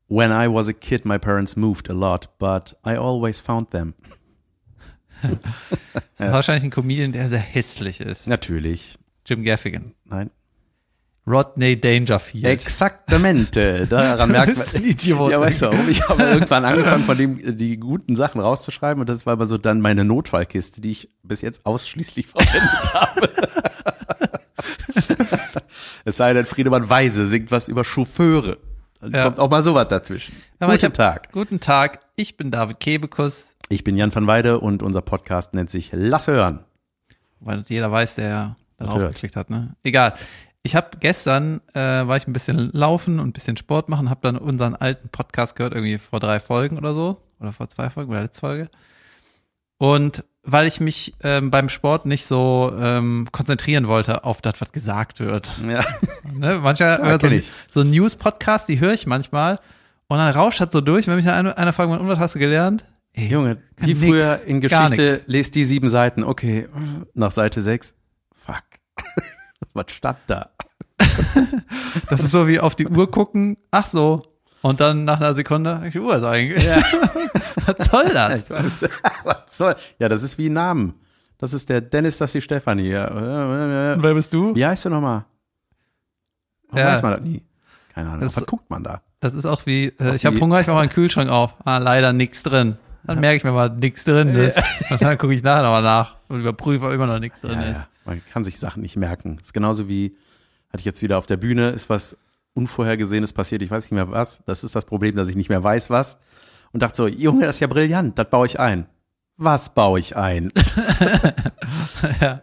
When I was a kid, my parents moved a lot, but I always found them. Das ist wahrscheinlich ein Comedian, der sehr hässlich ist. Natürlich. Jim Gaffigan. Nein. Rodney Dangerfield. Exaktamente. Daran merkt bist ein Idiot. Ja, weißt du warum? Ich habe irgendwann angefangen, von dem die guten Sachen rauszuschreiben und das war aber so dann meine Notfallkiste, die ich bis jetzt ausschließlich verwendet habe. Es sei denn, Friedemann Weise singt was über Chauffeure. Dann kommt auch mal sowas dazwischen. Aber Guten Tag. Guten Tag, ich bin David Kebekus. Ich bin Jan van Weide und unser Podcast nennt sich Lass hören. Weil das jeder weiß, der darauf geklickt hat, ne? Egal. Ich habe gestern, war ich ein bisschen laufen und ein bisschen Sport machen, habe dann unseren alten Podcast gehört, irgendwie vor 3 Folgen oder so. Oder vor 2 Folgen oder letzte Folge. Und weil ich mich beim Sport nicht so konzentrieren wollte auf das, was gesagt wird. Ja. Ne? Manchmal so News-Podcasts, die höre ich manchmal und dann rauscht das so durch. Wenn mich dann einer fragt, was hast du gelernt? Ey, Junge, wie früher in Geschichte, lest die 7 Seiten. Okay, nach Seite 6, fuck. Was stand da? Das ist so wie auf die Uhr gucken, ach so. Und dann nach einer Sekunde, die Uhr ist eigentlich. Ja. Was soll das? Ich weiß, was soll? Ja, das ist wie ein Namen. Das ist der Dennis, das ist die Stefanie. Ja. Und wer bist du? Wie heißt du nochmal? Warum weiß man das nie? Keine Ahnung. Was guckt man da? Das ist auch wie, ich habe Hunger, ich mache meinen Kühlschrank auf. Leider nichts drin. Dann merke ich mir mal, nichts drin ist. Und dann gucke ich nachher nochmal nach und überprüfe, ob immer noch nichts drin ist. Ja. Man kann sich Sachen nicht merken. Das ist genauso wie, hatte ich jetzt wieder auf der Bühne, ist was Unvorhergesehenes passiert, ich weiß nicht mehr was. Das ist das Problem, dass ich nicht mehr weiß, was. Und dachte so, Junge, das ist ja brillant, das baue ich ein. Was baue ich ein? Ja.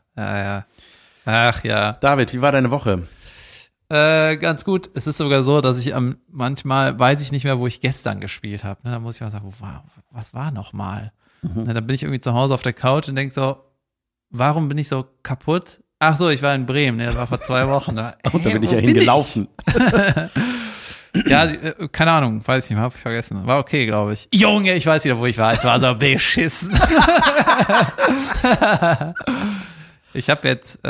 Ach ja. David, wie war deine Woche? Ganz gut. Es ist sogar so, dass ich manchmal weiß ich nicht mehr, wo ich gestern gespielt habe. Da muss ich mal sagen, was war nochmal? Dann bin ich irgendwie zu Hause auf der Couch und denke so, warum bin ich so kaputt? Ach so, ich war in Bremen, das war vor 2 Wochen. Da bin ich ja hingelaufen. Ja, keine Ahnung, weiß ich nicht mehr, hab ich vergessen. War okay, glaube ich. Junge, ich weiß wieder, wo ich war. Es war so beschissen. Ich habe jetzt,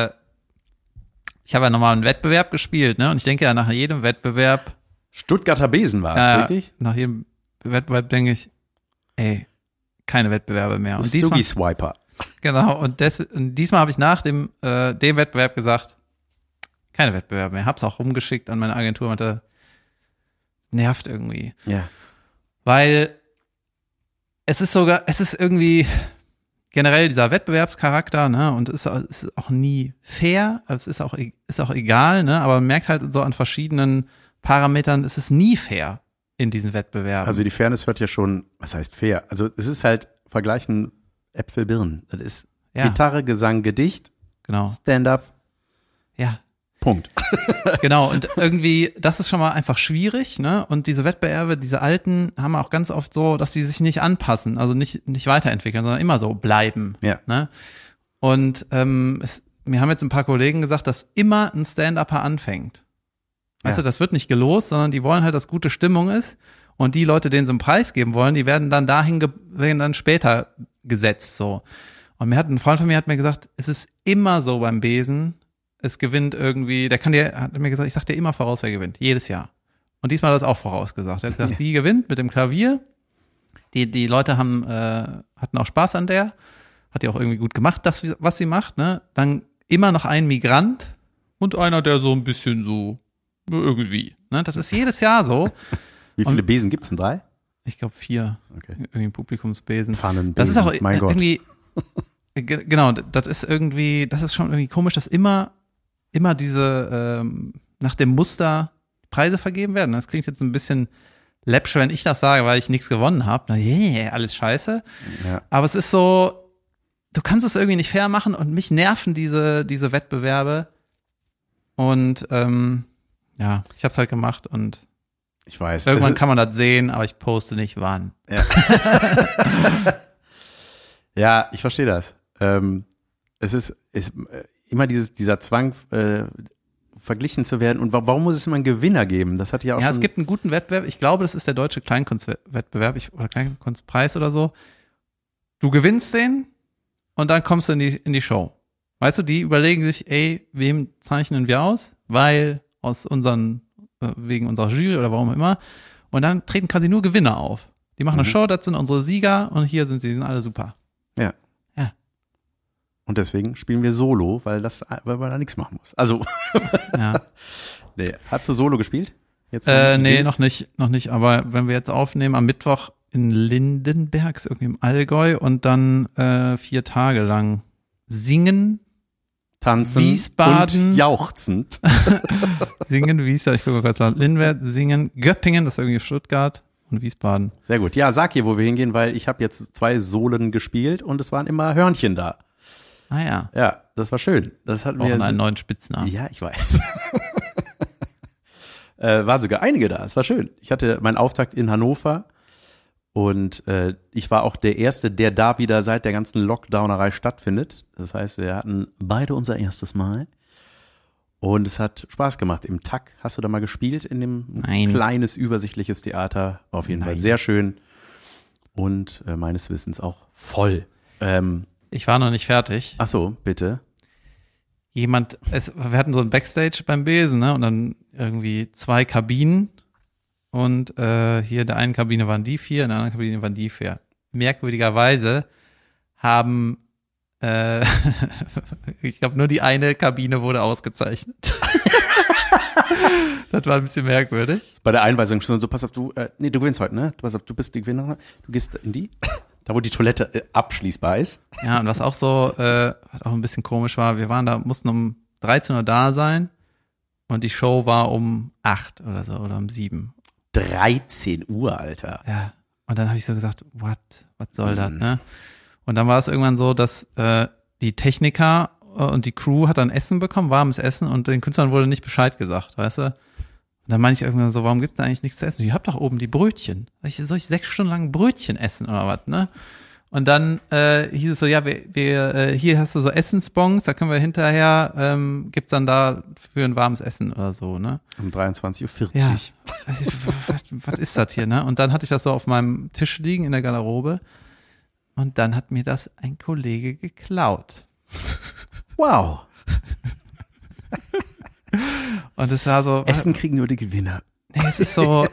ich habe ja nochmal einen Wettbewerb gespielt, ne? Und ich denke ja nach jedem Wettbewerb. Stuttgarter Besen war es, richtig? Nach jedem Wettbewerb denke ich, ey, keine Wettbewerbe mehr. Und diesmal Swiper. Genau, und diesmal habe ich nach dem Wettbewerb gesagt, keine Wettbewerbe mehr. Hab's auch rumgeschickt an meine Agentur, meinte, nervt irgendwie. Ja. Weil es ist irgendwie generell dieser Wettbewerbscharakter, ne, und ist auch nie fair, also es ist auch egal, ne, aber man merkt halt so an verschiedenen Parametern, es ist nie fair in diesen Wettbewerben. Also die Fairness hört ja schon, was heißt fair? Also es ist halt vergleichen Äpfel, Birnen. Das ist Gitarre, Gesang, Gedicht, genau. Stand-up. Ja. Punkt. Genau, und irgendwie, das ist schon mal einfach schwierig, ne? Und diese Wettbewerbe, diese alten, haben auch ganz oft so, dass sie sich nicht anpassen, also nicht weiterentwickeln, sondern immer so bleiben. Ja. Ne? Und mir haben jetzt ein paar Kollegen gesagt, dass immer ein Stand-Upper anfängt. Weißt du, das wird nicht gelost, sondern die wollen halt, dass gute Stimmung ist. Und die Leute, denen sie einen Preis geben wollen, die werden dann werden dann später gesetzt, so. Und ein Freund von mir hat mir gesagt, es ist immer so beim Besen, es gewinnt irgendwie, hat mir gesagt, ich sag dir immer voraus, wer gewinnt, jedes Jahr. Und diesmal hat er es auch vorausgesagt. Er hat gesagt, die gewinnt mit dem Klavier, die Leute hatten auch Spaß an der, hat die auch irgendwie gut gemacht, das, was sie macht, ne? Dann immer noch ein Migrant und einer, der so ein bisschen so, irgendwie, ne? Das ist jedes Jahr so. Wie viele Besen gibt's denn? 3? Ich glaube 4. Okay. Irgendwie Publikumsbesen. Pfannenbesen. Das ist auch mein irgendwie, genau, das ist schon irgendwie komisch, dass immer diese, nach dem Muster Preise vergeben werden. Das klingt jetzt ein bisschen läppsch, wenn ich das sage, weil ich nichts gewonnen habe. Alles scheiße. Ja. Aber es ist so, du kannst es irgendwie nicht fair machen und mich nerven diese Wettbewerbe. Und ich habe es halt gemacht und ich weiß. Irgendwann kann man das sehen, aber ich poste nicht wann. Ja, ja, ich verstehe das. Es ist immer dieser Zwang, verglichen zu werden. Und warum muss es immer einen Gewinner geben? Das hat ja auch schon. Es gibt einen guten Wettbewerb. Ich glaube, das ist der deutsche Kleinkunstwettbewerb oder Kleinkunstpreis oder so. Du gewinnst den und dann kommst du in die Show. Weißt du, die überlegen sich, wem zeichnen wir aus? Weil aus unseren wegen unserer Jury oder warum immer. Und dann treten quasi nur Gewinner auf. Die machen eine Show, das sind unsere Sieger und hier sind sie, die sind alle super. Ja. Ja. Und deswegen spielen wir Solo, weil man da nichts machen muss. Also, Ja. nee. Hast du Solo gespielt? Jetzt Nee, noch nicht. Aber wenn wir jetzt aufnehmen, am Mittwoch in Lindenberg, ist irgendwie im Allgäu und dann 4 Tage lang singen, tanzen Wiesbaden. und jauchzend. Singen, Wiesbaden, ich gucke mal kurz nach, Lindenberg, singen, Göppingen, das ist irgendwie Stuttgart und Wiesbaden. Sehr gut. Ja, sag hier, wo wir hingehen, weil ich habe jetzt 2 Solen gespielt und es waren immer Hörnchen da. Ah ja. Ja, das war schön. Das hat Auch mir einen neuen Spitznamen. Ja, ich weiß. Waren sogar einige da. Es war schön. Ich hatte meinen Auftakt in Hannover und ich war auch der Erste, der da wieder seit der ganzen Lockdownerei stattfindet. Das heißt, wir hatten beide unser erstes Mal und es hat Spaß gemacht. Im TAC hast du da mal gespielt in dem Nein. kleines, übersichtliches Theater. War auf jeden Fall sehr schön und meines Wissens auch voll. Ich war noch nicht fertig. Ach so, bitte. Wir hatten so ein Backstage beim Besen, ne? Und dann irgendwie 2 Kabinen. Und hier in der einen Kabine waren die 4, in der anderen Kabine waren die 4. Merkwürdigerweise haben, ich glaube, nur die eine Kabine wurde ausgezeichnet. Das war ein bisschen merkwürdig. Bei der Einweisung schon so, pass auf, du gewinnst heute, ne? Pass auf, du bist die Gewinnerin. Du gehst in die, da wo die Toilette abschließbar ist. Ja, und was auch so, was auch ein bisschen komisch war, wir waren da, mussten um 13 Uhr da sein und die Show war um 8 oder so oder um 7. 13 Uhr, Alter. Ja. Und dann habe ich so gesagt, was soll das, ne? Und dann war es irgendwann so, dass die Techniker und die Crew hat dann Essen bekommen, warmes Essen und den Künstlern wurde nicht Bescheid gesagt, weißt du? Und dann meine ich irgendwann so, warum gibt's da eigentlich nichts zu essen? Ihr habt doch oben die Brötchen. Soll ich 6 Stunden lang Brötchen essen oder was, ne? Und dann hieß es so, ja, hier hast du so Essensbons, da können wir hinterher, gibt's dann da für ein warmes Essen oder so, ne? Um 23.40 Uhr. Ja. Was ist das hier, ne? Und dann hatte ich das so auf meinem Tisch liegen in der Garderobe und dann hat mir das ein Kollege geklaut. Wow. Und es war so. Essen kriegen nur die Gewinner. Nee, es ist so,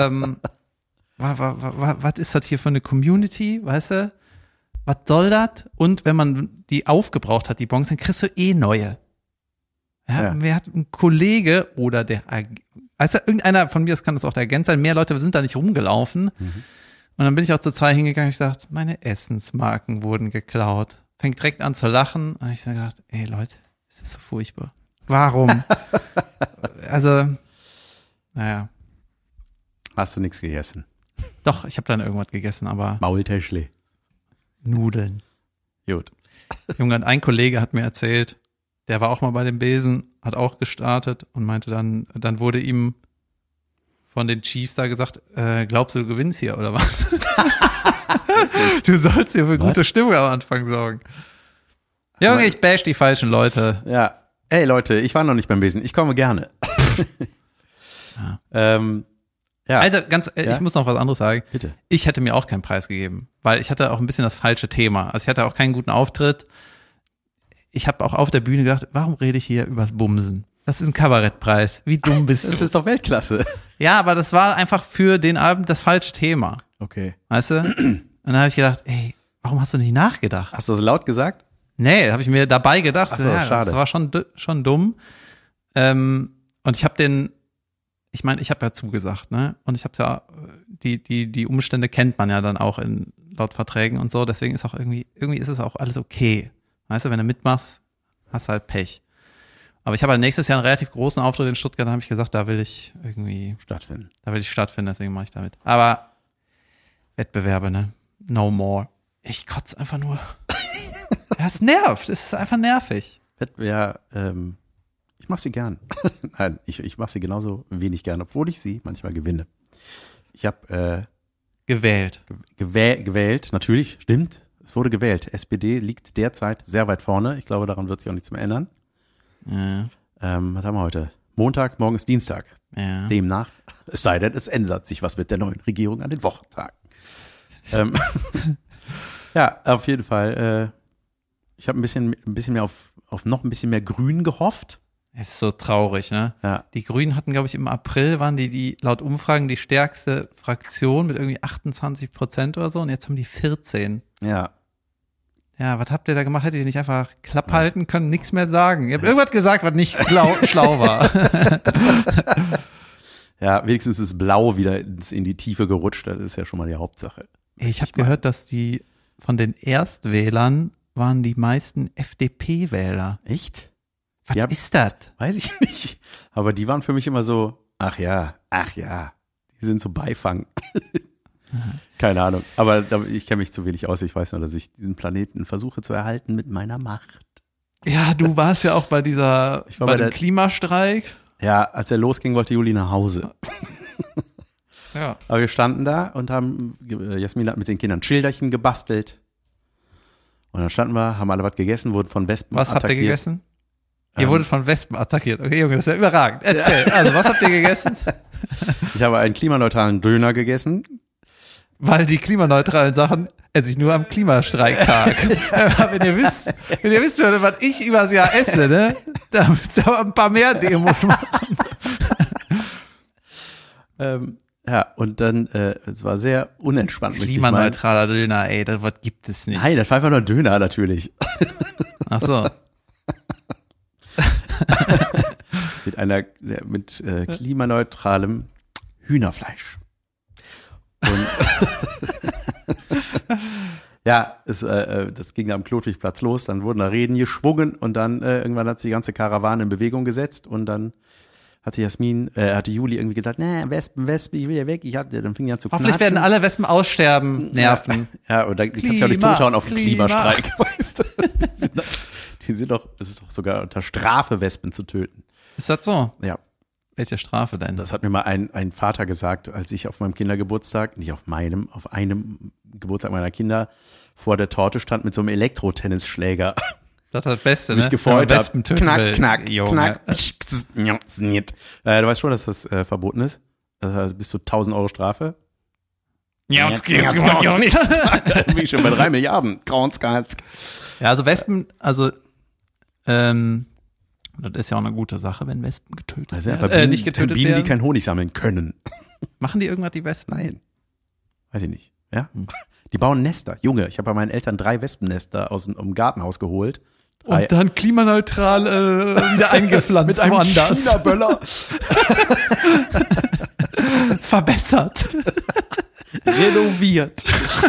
was ist das hier für eine Community, weißt du? Was soll das? Und wenn man die aufgebraucht hat, die Bons, dann kriegst du neue. Ja. Wer hat ein Kollege oder also irgendeiner von mir, das kann das auch der Agent sein, mehr Leute sind da nicht rumgelaufen. Und dann bin ich auch zu 2 hingegangen und ich gesagt, meine Essensmarken wurden geklaut. Fängt direkt an zu lachen. Und ich habe gedacht, ey Leute, das ist so furchtbar. Warum? Also, naja. Hast du nichts gegessen? Doch, ich habe dann irgendwas gegessen, aber Maultäschli. Nudeln. Gut. Junge, ein Kollege hat mir erzählt, der war auch mal bei dem Besen, hat auch gestartet und meinte dann wurde ihm von den Chiefs da gesagt, glaubst du gewinnst hier oder was? Du sollst hier für gute Stimmung am Anfang sorgen. Junge, ich bash die falschen Leute. Ja. Ey Leute, ich war noch nicht beim Besen. Ich komme gerne. Ja. Also ich muss noch was anderes sagen. Bitte. Ich hätte mir auch keinen Preis gegeben, weil ich hatte auch ein bisschen das falsche Thema. Also ich hatte auch keinen guten Auftritt. Ich habe auch auf der Bühne gedacht, warum rede ich hier übers Bumsen? Das ist ein Kabarettpreis. Wie dumm bist du? Das ist doch Weltklasse. Ja, aber das war einfach für den Abend das falsche Thema. Okay. Weißt du? Und dann habe ich gedacht, ey, warum hast du nicht nachgedacht? Hast du das laut gesagt? Nee, habe ich mir dabei gedacht. Ach so, ja, schade. Das war schon dumm. Und ich habe ich habe ja zugesagt, ne? Und ich habe ja, die Umstände kennt man ja dann auch laut Verträgen und so. Deswegen ist auch irgendwie ist es auch alles okay. Weißt du, wenn du mitmachst, hast du halt Pech. Aber ich habe halt nächstes Jahr einen relativ großen Auftritt in Stuttgart, da habe ich gesagt, da will ich stattfinden, deswegen mache ich damit. Aber Wettbewerbe, ne? No more. Ich kotze einfach nur. Das nervt, es ist einfach nervig. Ja, ich mache sie gern. Nein, ich mache sie genauso wenig gern, obwohl ich sie manchmal gewinne. Ich habe gewählt, natürlich, stimmt. Es wurde gewählt. SPD liegt derzeit sehr weit vorne. Ich glaube, daran wird sich auch nichts mehr ändern. Ja. Was haben wir heute? Montag, morgen ist Dienstag. Ja. Demnach, es sei denn, es ändert sich was mit der neuen Regierung an den Wochentagen. Ja, auf jeden Fall. Ich habe ein bisschen mehr auf noch ein bisschen mehr Grün gehofft. Es ist so traurig, ne? Ja. Die Grünen hatten, glaube ich, im April waren die laut Umfragen die stärkste Fraktion mit irgendwie 28% oder so und jetzt haben die 14. Ja. Ja, was habt ihr da gemacht? Hättet ihr nicht einfach Klapp halten können, nichts mehr sagen? Ihr habt irgendwas gesagt, was nicht schlau war. Ja, wenigstens ist Blau wieder in die Tiefe gerutscht. Das ist ja schon mal die Hauptsache. Ich habe gehört, dass die von den Erstwählern waren die meisten FDP-Wähler. Echt? Was Ja. ist das? Weiß ich nicht. Aber die waren für mich immer so, ach ja. Die sind so Beifang. Keine Ahnung. Aber ich kenne mich zu wenig aus. Ich weiß nur, dass ich diesen Planeten versuche zu erhalten mit meiner Macht. Ja, du warst ja auch bei Ich war bei dem der- Klimastreik. Ja, als er losging, wollte Juli nach Hause. Ja. Aber wir standen da und haben, Jasmin hat mit den Kindern Schilderchen gebastelt. Und dann standen wir, haben alle was gegessen, wurden von Wespen Was attackiert. habt ihr gegessen? Ihr wurdet von Wespen attackiert. Okay, Junge, das ist ja überragend. Erzähl. Also, was habt ihr gegessen? Ich habe einen klimaneutralen Döner gegessen. Weil die klimaneutralen Sachen esse ich nur am Klimastreiktag. Wenn ihr wisst, was ich übers Jahr esse, ne, da müsst ihr aber ein paar mehr Demos machen. Ja, und dann, es war sehr unentspannt. möchte ich Klimaneutraler Döner, ey, das was gibt es nicht. meinen. Nein, das war einfach nur Döner natürlich. Ach so. Mit klimaneutralem Hühnerfleisch. Und ja, das ging da am Klotwigplatz los, dann wurden da Reden geschwungen und dann irgendwann hat sich die ganze Karawane in Bewegung gesetzt und dann hatte Juli irgendwie gesagt, Wespen, ich will hier weg. Dann fing die an zu Hoffentlich knatschen. werden alle Wespen aussterben, nerven. Ja, und dann kannst du ja nicht Klima, tothauen auf den Klima. Klimastreik, weißt du. Es ist doch sogar unter Strafe, Wespen zu töten. Ist das so? Ja. Welche Strafe denn? Das hat mir mal ein Vater gesagt, als ich auf meinem Kindergeburtstag, nicht auf meinem, auf einem Geburtstag meiner Kinder vor der Torte stand mit so einem Elektro-Tennisschläger. Das ist das Beste, Mich ne? gefreut Wenn man habe. Wespen töten will. Knack, Junge. knack. Du weißt schon, dass das verboten ist? Das heißt, bis zu 1.000 Euro Strafe. Ja, Jetzt bin ich schon bei 3 Milliarden. Ja, also Wespen, das ist ja auch eine gute Sache, wenn Wespen getötet Also werden. einfach Bienen, Nicht getötet Bienen, werden. die keinen Honig sammeln können. Machen die irgendwas, die Wespen? Nein. Weiß ich nicht. Ja? Die bauen Nester. Junge, ich habe bei meinen Eltern 3 Wespennester aus dem Gartenhaus geholt. Und dann klimaneutral wieder eingepflanzt mit einem woanders. China-Böller Verbessert. renoviert.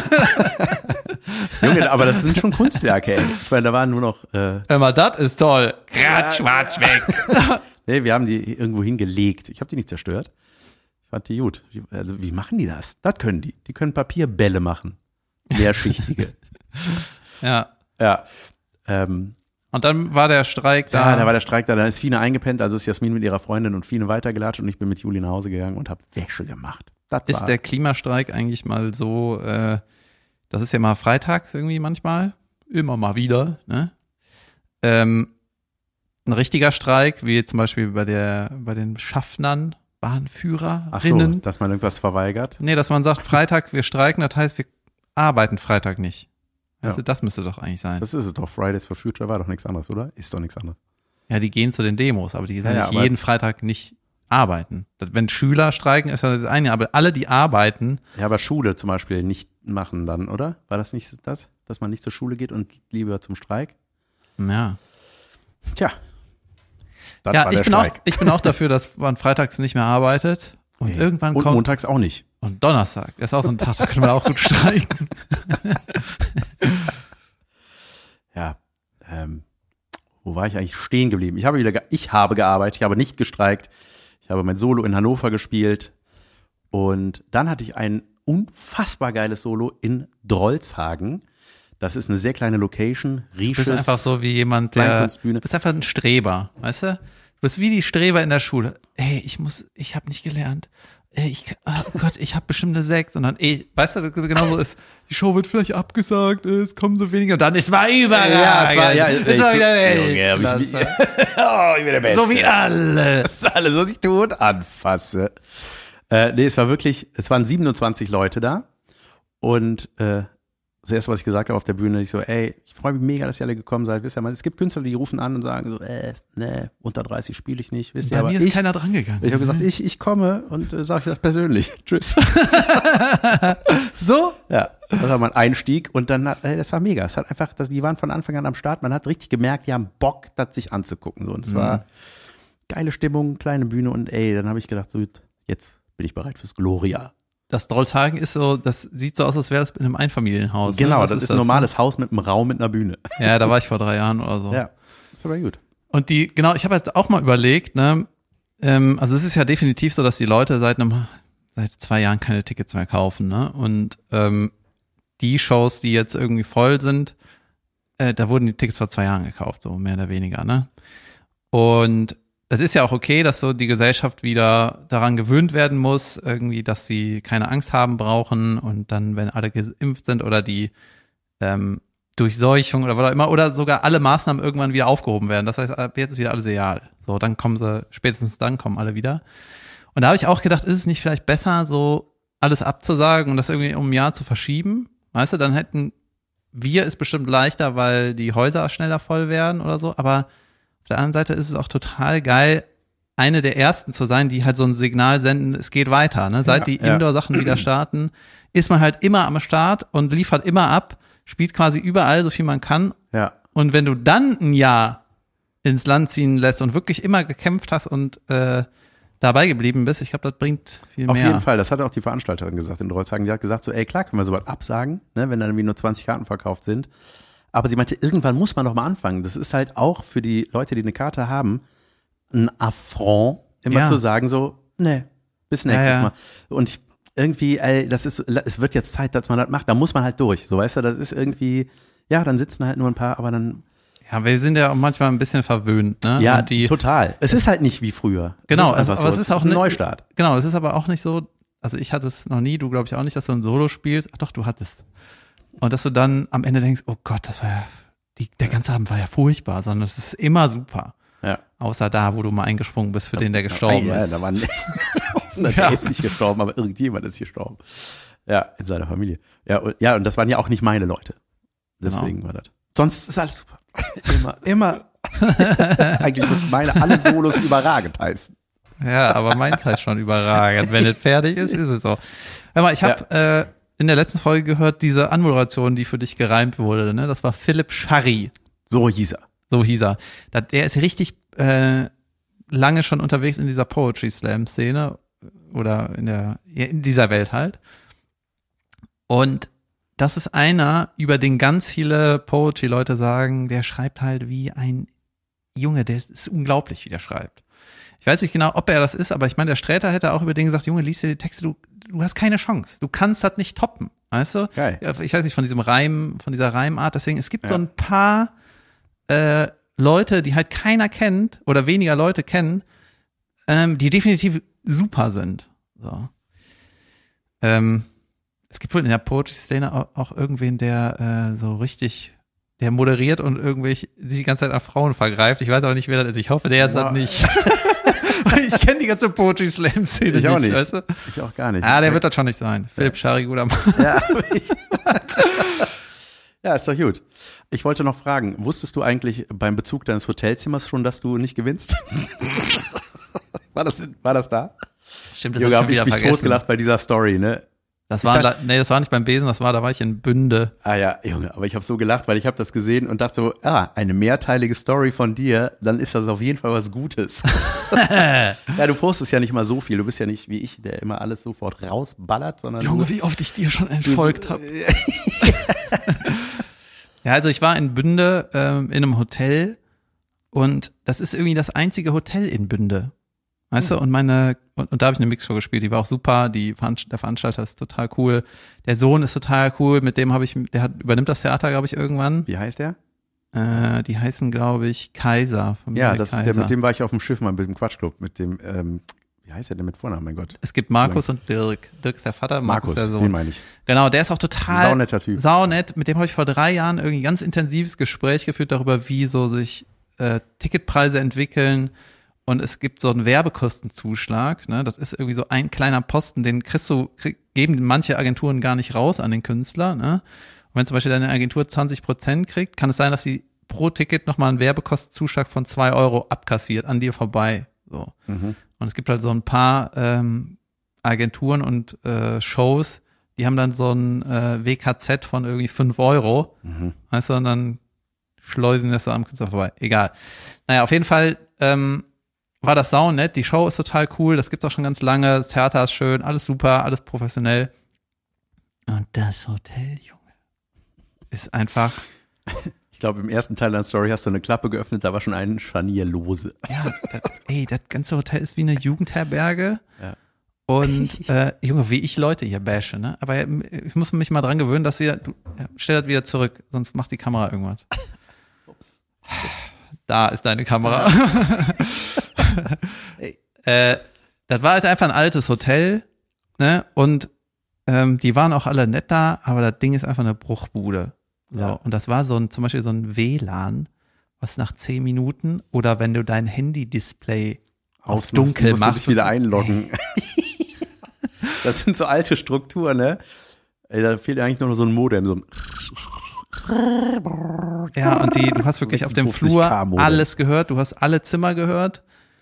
Junge, aber das sind schon Kunstwerke, ey. Ich meine, da waren nur noch Hör mal, das ist toll. Ratsch, watsch, weg. nee, wir haben die irgendwo hingelegt. Ich habe die nicht zerstört. Ich fand die gut. Also, wie machen die das? Das können die. Die können Papierbälle machen. Mehrschichtige. Ja. Ja. Und dann war der Streik da. Ja, da war der Streik da. Dann ist Fine eingepennt. Also ist Jasmin mit ihrer Freundin und Fine weitergelatscht und ich bin mit Juli nach Hause gegangen und habe Wäsche gemacht. Das Ist war, der Klimastreik eigentlich mal so, das ist ja mal freitags irgendwie manchmal, immer mal wieder, ne? Ein richtiger Streik, wie zum Beispiel bei den Schaffnern, Bahnführerinnen. ach so, dass man irgendwas verweigert. Nee, dass man sagt, Freitag, wir streiken, das heißt, wir arbeiten Freitag nicht. Weißt Ja. du, das müsste doch eigentlich sein. Das ist es doch. Fridays for Future war doch nichts anderes, oder? Ist doch nichts anderes. Ja, die gehen zu den Demos, aber die sind Ja, nicht aber- jeden Freitag nicht arbeiten. Wenn Schüler streiken, ist ja das eine, aber alle, die arbeiten, Ja, aber Schule zum Beispiel nicht machen dann, oder? War das nicht das? Dass man nicht zur Schule geht und lieber zum Streik? ja. Tja. Das Ja, war der Streik. ich bin auch dafür, dass man freitags nicht mehr arbeitet und Nee. irgendwann und kommt montags auch nicht. und Donnerstag. Das ist auch so ein Tag, da können wir auch gut streiken. Ja. Wo war ich eigentlich stehen geblieben? Ich habe gearbeitet, ich habe nicht gestreikt. Ich habe mein Solo in Hannover gespielt. Und dann hatte ich ein unfassbar geiles Solo in Drolshagen. Das ist eine sehr kleine Location. Du Riesches bist einfach so wie jemand, der, Kleinkunstbühne. du bist einfach ein Streber, weißt du? Du bist wie die Streber in der Schule. Ey, ich habe nicht gelernt. Ey, oh Gott, ich habe bestimmt eine 6. Und dann, weißt du, genau so ist, die Show wird vielleicht abgesagt, es kommen so wenige. Und dann, es war überall. Ja, es war wieder Weltklasse. ich bin der Beste. So wie alle. Das ist alles, was ich tue und anfasse. Nee, es waren 27 Leute da und es das erste, was ich gesagt habe auf der Bühne, ich so, ey, ich freue mich mega, dass ihr alle gekommen seid. Wisst ihr mal, es gibt Künstler, die rufen an und sagen so, nee, unter 30 spiele ich nicht. Wisst ihr, Bei aber mir ist keiner dran gegangen. Ich habe gesagt, ich komme und sage euch das persönlich. Tschüss. So? Ja, das war mein Einstieg und dann, das war mega. Es hat einfach, die waren von Anfang an am Start. Man hat richtig gemerkt, die haben Bock, das sich anzugucken. So. Und es war geile Stimmung, kleine Bühne und dann habe ich gedacht, so, jetzt bin ich bereit fürs Gloria. Das Drolshagen ist so, das sieht so aus, als wäre das in einem Einfamilienhaus. Genau, ne? das ist ein normales Haus mit einem Raum mit einer Bühne. Ja, da war ich vor 3 Jahren oder so. Ja, das war gut. Und ich habe jetzt auch mal überlegt, ne, also es ist ja definitiv so, dass die Leute seit 2 Jahren keine Tickets mehr kaufen, ne? Und die Shows, die jetzt irgendwie voll sind, da wurden die Tickets vor 2 Jahren gekauft, so mehr oder weniger, ne? Und es ist ja auch okay, dass so die Gesellschaft wieder daran gewöhnt werden muss, irgendwie, dass sie keine Angst haben brauchen und dann, wenn alle geimpft sind oder die Durchseuchung oder was auch immer, oder sogar alle Maßnahmen irgendwann wieder aufgehoben werden. Das heißt, ab jetzt ist wieder alles egal. So, dann spätestens dann kommen alle wieder. Und da habe ich auch gedacht, ist es nicht vielleicht besser, so alles abzusagen und das irgendwie um ein Jahr zu verschieben? Weißt du, dann hätten wir es bestimmt leichter, weil die Häuser schneller voll werden oder so, aber auf der anderen Seite ist es auch total geil, eine der ersten zu sein, die halt so ein Signal senden, es geht weiter. Ne? Seit die Indoor-Sachen wieder starten, ist man halt immer am Start und liefert immer ab, spielt quasi überall, so viel man kann. Ja. Und wenn du dann ein Jahr ins Land ziehen lässt und wirklich immer gekämpft hast und dabei geblieben bist, ich glaube, das bringt viel mehr. Auf jeden Fall, das hat auch die Veranstalterin gesagt in Drolshagen. Die hat gesagt so, ey, klar können wir sowas absagen, ne, wenn dann irgendwie nur 20 Karten verkauft sind. Aber sie meinte, irgendwann muss man doch mal anfangen. Das ist halt auch für die Leute, die eine Karte haben, ein Affront, immer zu sagen so, nee, bis nächstes Mal. Und irgendwie, es wird jetzt Zeit, dass man das macht. Da muss man halt durch. So, weißt du, das ist irgendwie, ja, dann sitzen halt nur ein paar, aber dann. Ja, wir sind ja auch manchmal ein bisschen verwöhnt, ne? Ja, total. Es ist halt nicht wie früher. Genau, es ist aber es ist auch ein Neustart. Genau, es ist aber auch nicht so, also ich hatte es noch nie, du glaube ich auch nicht, dass du ein Solo spielst. Ach doch, du hattest. Und dass du dann am Ende denkst, oh Gott, das war ja, der ganze Abend war ja furchtbar, sondern es ist immer super. Ja. Außer da, wo du mal eingesprungen bist, für den der gestorben ist. Ja, da waren, der ist nicht gestorben, aber irgendjemand ist gestorben. Ja, in seiner Familie. Ja, und das waren ja auch nicht meine Leute. Deswegen war das. Sonst ist alles super. Immer. Eigentlich müssten meine alle Solos überragend heißen. Ja, aber meins heißt schon überragend. Wenn es fertig ist, ist es so. Hör mal, ich habe in der letzten Folge gehört, diese Anmoderation, die für dich gereimt wurde, ne? Das war Philipp Scharry. So hieß er. So hieß er. Der ist richtig lange schon unterwegs in dieser Poetry Slam Szene oder in dieser Welt halt. Und das ist einer, über den ganz viele Poetry-Leute sagen, der schreibt halt wie ein Junge, der ist unglaublich, wie der schreibt. Ich weiß nicht genau, ob er das ist, aber ich meine, der Sträter hätte auch über den gesagt, Junge, lies dir die Texte, du hast keine Chance. Du kannst das nicht toppen, weißt du? Geil. Ich weiß nicht, von dieser Reimart, deswegen, es gibt so ein paar Leute, die halt keiner kennt oder weniger Leute kennen, die definitiv super sind. So. Es gibt wohl in der Poetry-Szene auch irgendwen, der so richtig, der moderiert und sich die ganze Zeit an Frauen vergreift. Ich weiß aber nicht, wer das ist. Ich hoffe, der ist das nicht. Ich kenne die ganze Poetry-Slam-Szene ich auch nicht. Weißt du? Ich auch gar nicht. Ah, der wird das schon nicht sein. Philipp Scharry, guter Mann. Ja, ist doch gut. Ich wollte noch fragen, wusstest du eigentlich beim Bezug deines Hotelzimmers schon, dass du nicht gewinnst? War das da? Stimmt, das Junge, habe ich mich totgelacht bei dieser Story, ne? Das war nicht beim Besen, da war ich in Bünde. Ah ja, Junge, aber ich habe so gelacht, weil ich habe das gesehen und dachte so, eine mehrteilige Story von dir, dann ist das auf jeden Fall was Gutes. Ja, du postest ja nicht mal so viel, du bist ja nicht wie ich, der immer alles sofort rausballert, sondern Junge, wie oft ich dir schon entfolgt habe. Ja, also ich war in Bünde in einem Hotel und das ist irgendwie das einzige Hotel in Bünde. Weißt du, und da habe ich eine Mixshow gespielt, die war auch super, der Veranstalter ist total cool, der Sohn ist total cool, mit dem übernimmt das Theater, glaube ich, irgendwann. Wie heißt der? Die heißen, glaube ich, Kaiser. Ja, mit dem war ich auf dem Schiff mal mit dem Quatschclub, mit dem, wie heißt der denn mit Vornamen, mein Gott? Es gibt Markus und Dirk. Dirk ist der Vater, Markus der Sohn. Den meine ich. Genau, der ist auch total saunetter Typ. Saunett, mit dem habe ich vor 3 Jahren irgendwie ein ganz intensives Gespräch geführt darüber, wie so sich Ticketpreise entwickeln. Und es gibt so einen Werbekostenzuschlag, ne? Das ist irgendwie so ein kleiner Posten, den geben manche Agenturen gar nicht raus an den Künstler, ne? wenn zum Beispiel deine Agentur 20% kriegt, kann es sein, dass sie pro Ticket nochmal einen Werbekostenzuschlag von 2 Euro abkassiert, an dir vorbei. So. Und es gibt halt so ein paar Agenturen und Shows, die haben dann so ein WKZ von irgendwie 5 Euro. Weißt du, und dann schleusen das so am Künstler vorbei. Egal. Naja, auf jeden Fall war das saunett. Die Show ist total cool. Das gibt's auch schon ganz lange. Das Theater ist schön. Alles super. Alles professionell. Und das Hotel, Junge, ist einfach... Ich glaube, im ersten Teil deiner Story hast du eine Klappe geöffnet, da war schon ein Scharnier lose. Ja, das ganze Hotel ist wie eine Jugendherberge. Ja. Und, Junge, wie ich Leute hier bashe, ne? Aber ich muss mich mal dran gewöhnen, dass stell das wieder zurück, sonst macht die Kamera irgendwas. Ups. Da ist deine Kamera. Das war halt einfach ein altes Hotel, ne? Und die waren auch alle nett da, aber das Ding ist einfach eine Bruchbude. So. Ja. Und das war zum Beispiel so ein WLAN, was nach 10 Minuten oder wenn du dein Handy-Display auf dunkel machst, musst du dich wieder einloggen. Das sind so alte Strukturen, ne? Ey, da fehlt eigentlich nur noch so ein Modem. So ein ja, und du hast wirklich auf dem Flur alles gehört. Du hast alle Zimmer gehört.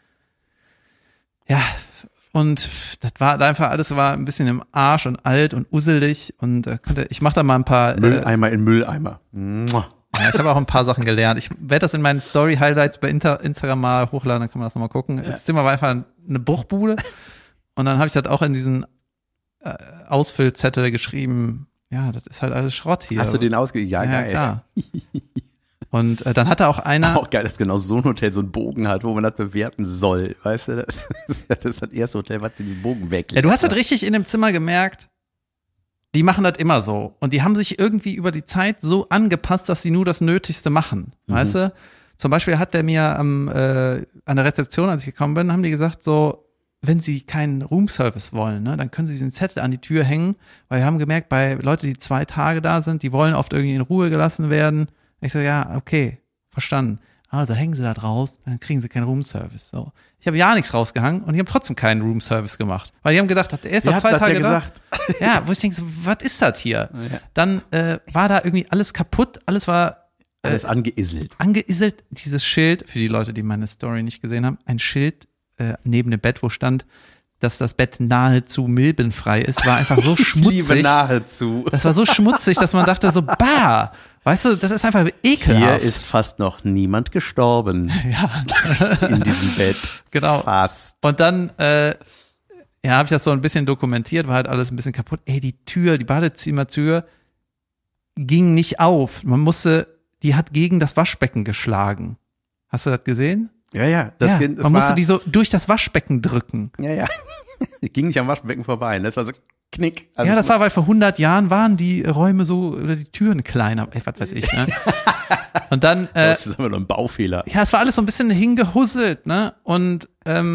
Ja, und das war einfach, alles war ein bisschen im Arsch und alt und usselig. Und ich mache da mal ein paar Mülleimer in Mülleimer. Ja, ich habe auch ein paar Sachen gelernt. Ich werde das in meinen Story-Highlights bei Instagram mal hochladen, dann kann man das nochmal gucken. Ja. Das Zimmer war einfach eine Bruchbude. Und dann habe ich das auch in diesen Ausfüllzettel geschrieben, ja, das ist halt alles Schrott hier. Hast du den ausgegeben? Ja, geil. Klar. Und dann hatte auch einer... Auch geil, dass genau so ein Hotel so einen Bogen hat, wo man das bewerten soll. Weißt du, das ist das erste Hotel, was diesen Bogen weglässt. Ja, du hast das richtig in dem Zimmer gemerkt, die machen das immer so. Und die haben sich irgendwie über die Zeit so angepasst, dass sie nur das Nötigste machen. Weißt du? Zum Beispiel hat der mir an der Rezeption, als ich gekommen bin, haben die gesagt so, wenn Sie keinen Roomservice wollen, ne, dann können Sie diesen Zettel an die Tür hängen, weil wir haben gemerkt, bei Leuten, die 2 Tage da sind, die wollen oft irgendwie in Ruhe gelassen werden. Ich so, ja, okay, verstanden. Also hängen Sie da draus, dann kriegen Sie keinen Roomservice. So. Ich habe ja nichts rausgehangen und die haben trotzdem keinen Roomservice gemacht, weil die haben gedacht, er ist doch 2 Tage da. Ja, wo ich denke, was ist das hier? Ja. Dann war da irgendwie alles kaputt, alles war alles angeisselt. Angeisselt, dieses Schild, für die Leute, die meine Story nicht gesehen haben, ein Schild neben dem Bett, wo stand, dass das Bett nahezu milbenfrei ist, war einfach so schmutzig. Liebe nahezu. Das war so schmutzig, dass man dachte so, bah, weißt du, das ist einfach ekelhaft. Hier ist fast noch niemand gestorben. Ja. In diesem Bett. Genau. Fast. Und dann, habe ich das so ein bisschen dokumentiert, war halt alles ein bisschen kaputt. Ey, die Badezimmertür ging nicht auf. Die hat gegen das Waschbecken geschlagen. Hast du das gesehen? Ja. Man musste die so durch das Waschbecken drücken. Ja. Die ging nicht am Waschbecken vorbei. Das war so knick. Also ja, das war, weil vor 100 Jahren waren die Räume so, oder die Türen kleiner. Ey, was weiß ich, ne? Und dann. Das ist aber nur ein Baufehler. Ja, es war alles so ein bisschen hingehusselt, ne? Und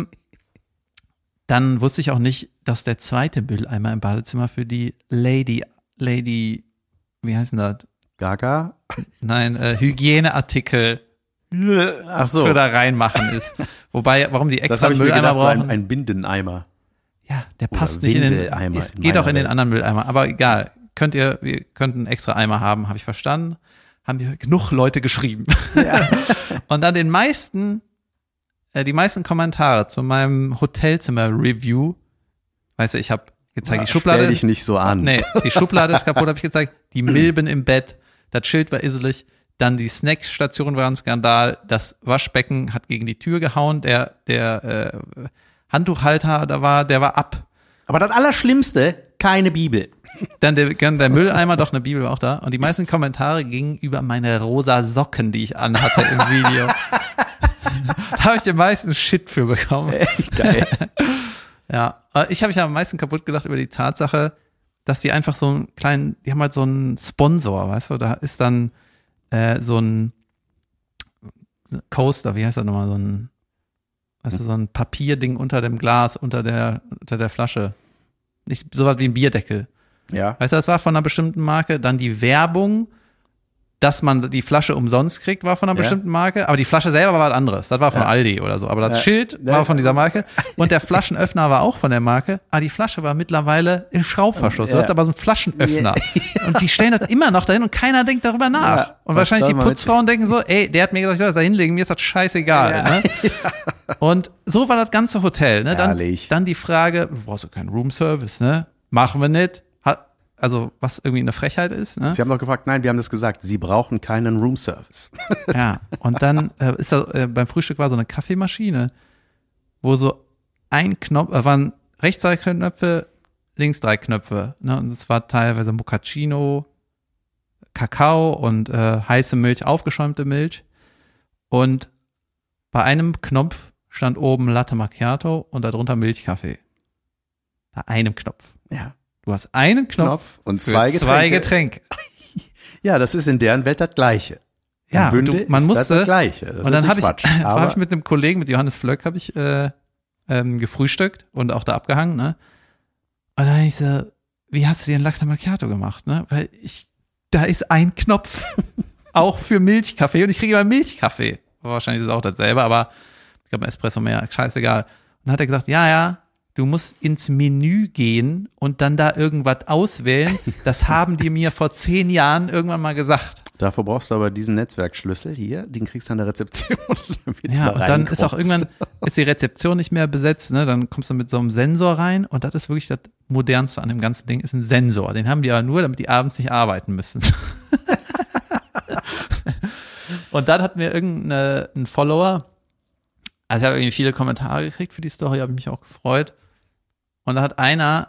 dann wusste ich auch nicht, dass der zweite Mülleimer im Badezimmer für die Lady, wie heißt denn das? Gaga? Nein, Hygieneartikel. Ach so. Für da reinmachen ist. Wobei, warum die extra Mülleimer brauchen? Ein Bindeneimer. Ja, der passt nicht in den, geht auch in den anderen Mülleimer, aber egal. Wir könnten extra Eimer haben, habe ich verstanden. Haben wir genug Leute geschrieben. Ja. Und dann die meisten Kommentare zu meinem Hotelzimmer-Review, weißt du, ich habe gezeigt, die Schublade. Stell dich nicht so an. Nee, die Schublade ist kaputt, habe ich gezeigt. Die Milben im Bett, das Schild war isselig. Dann die Snackstation war ein Skandal. Das Waschbecken hat gegen die Tür gehauen. Der Handtuchhalter, der war ab. Aber das Allerschlimmste, keine Bibel. Dann der Mülleimer, doch, eine Bibel war auch da. Und die meisten Kommentare gingen über meine rosa Socken, die ich anhatte im Video. Da habe ich den meisten Shit für bekommen. Echt geil. Ja, ich habe mich am meisten kaputt gedacht über die Tatsache, dass die einfach so die haben halt so einen Sponsor, weißt du, da ist dann so ein Coaster, wie heißt das nochmal, so ein Papierding unter dem Glas, unter der Flasche. Nicht sowas wie ein Bierdeckel. Ja. Weißt du, das war von einer bestimmten Marke. Dann die Werbung dass man die Flasche umsonst kriegt, war von einer bestimmten Marke, aber die Flasche selber war was anderes. Das war von Aldi oder so. Aber das Schild war von dieser Marke und der Flaschenöffner war auch von der Marke, aber die Flasche war mittlerweile in Schraubverschluss. Du hast aber so einen Flaschenöffner. Und die stellen das immer noch dahin und keiner denkt darüber nach. Ja, und wahrscheinlich die Putzfrauen denken so, ey, der hat mir gesagt, ich soll das da hinlegen, mir ist das scheißegal. Ne? Und so war das ganze Hotel. Ne? Dann die Frage, du brauchst doch keinen Roomservice, ne? Machen wir nicht. Also, was irgendwie eine Frechheit ist. Ne? Sie haben doch gefragt, nein, wir haben das gesagt, Sie brauchen keinen Roomservice. Ja, und dann ist da, beim Frühstück war so eine Kaffeemaschine, wo so ein Knopf, waren rechts 3 Knöpfe, links 3 Knöpfe. Ne? Und es war teilweise Mochaccino, Kakao und heiße Milch, aufgeschäumte Milch. Und bei einem Knopf stand oben Latte Macchiato und darunter Milchkaffee. Bei einem Knopf. Ja. Du hast einen Knopf und für zwei Getränke. Ja, das ist in deren Welt das Gleiche. Ja, man musste. Das Gleiche. Das und dann war ich mit einem Kollegen, mit Johannes Flöck, habe ich gefrühstückt und auch da abgehangen. Ne? Und dann ich so, wie hast du dir ein Latte Macchiato gemacht? Ne? Weil da ist ein Knopf auch für Milchkaffee und ich kriege immer Milchkaffee. Wahrscheinlich ist es auch dasselbe, aber ich glaube, Espresso mehr, scheißegal. Und dann hat er gesagt, ja, du musst ins Menü gehen und dann da irgendwas auswählen. Das haben die mir vor 10 Jahren irgendwann mal gesagt. Dafür brauchst du aber diesen Netzwerkschlüssel hier, den kriegst du an der Rezeption. Ja, und dann ist auch irgendwann, ist die Rezeption nicht mehr besetzt, ne? Dann kommst du mit so einem Sensor rein und das ist wirklich das Modernste an dem ganzen Ding, ist ein Sensor. Den haben die aber nur, damit die abends nicht arbeiten müssen. Und dann hat mir irgendein Follower, also ich habe irgendwie viele Kommentare gekriegt für die Story, habe mich auch gefreut. Und da hat einer,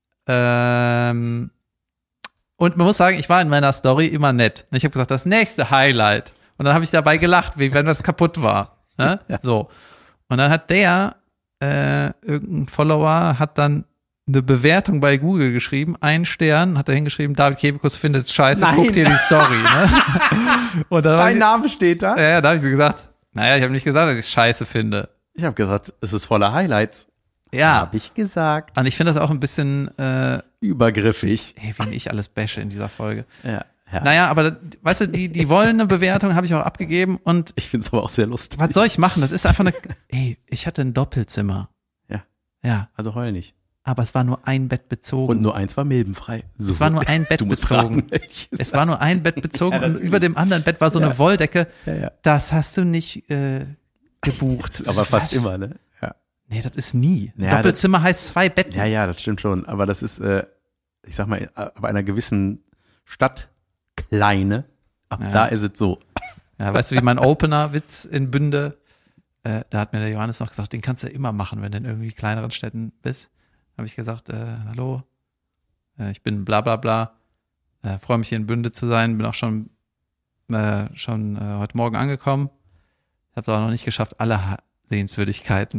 und man muss sagen, ich war in meiner Story immer nett. Ich habe gesagt, das nächste Highlight. Und dann habe ich dabei gelacht, wie wenn das kaputt war. Ne? Ja. So. Und dann hat irgendein Follower hat dann eine Bewertung bei Google geschrieben, 1 Stern, hat er hingeschrieben, David Kebekus findet scheiße, guck dir die Story. Ne? Und dann Dein Name steht da? Ja, da habe ich so gesagt, naja, ich habe nicht gesagt, dass ich es scheiße finde. Ich habe gesagt, es ist voller Highlights. Ja. Habe ich gesagt. Und ich finde das auch ein bisschen übergriffig. Ey, wie ich alles bashe in dieser Folge. Ja. Naja, aber weißt du, die wollen eine Bewertung, habe ich auch abgegeben und ich finde es aber auch sehr lustig. Was soll ich machen? Das ist einfach ich hatte ein Doppelzimmer. Ja. Also heul nicht. Aber es war nur ein Bett bezogen. Und nur eins war milbenfrei. So. Es war nur ein Bett bezogen. Es war nur ein Bett bezogen und über dem anderen Bett war so eine Wolldecke. Ja. Das hast du nicht gebucht. Aber fast immer, ne? Ja. Nee, das ist nie. Ja, Doppelzimmer heißt 2 Betten. Ja, das stimmt schon. Aber das ist, ich sag mal, bei einer gewissen Stadtkleine, da ist es so. Ja, weißt du, wie mein Opener-Witz in Bünde, da hat mir der Johannes noch gesagt, den kannst du immer machen, wenn du in irgendwie kleineren Städten bist. Habe ich gesagt, hallo, ich bin bla bla bla, freue mich hier in Bünde zu sein, bin auch schon heute Morgen angekommen, habe es auch noch nicht geschafft, alle Sehenswürdigkeiten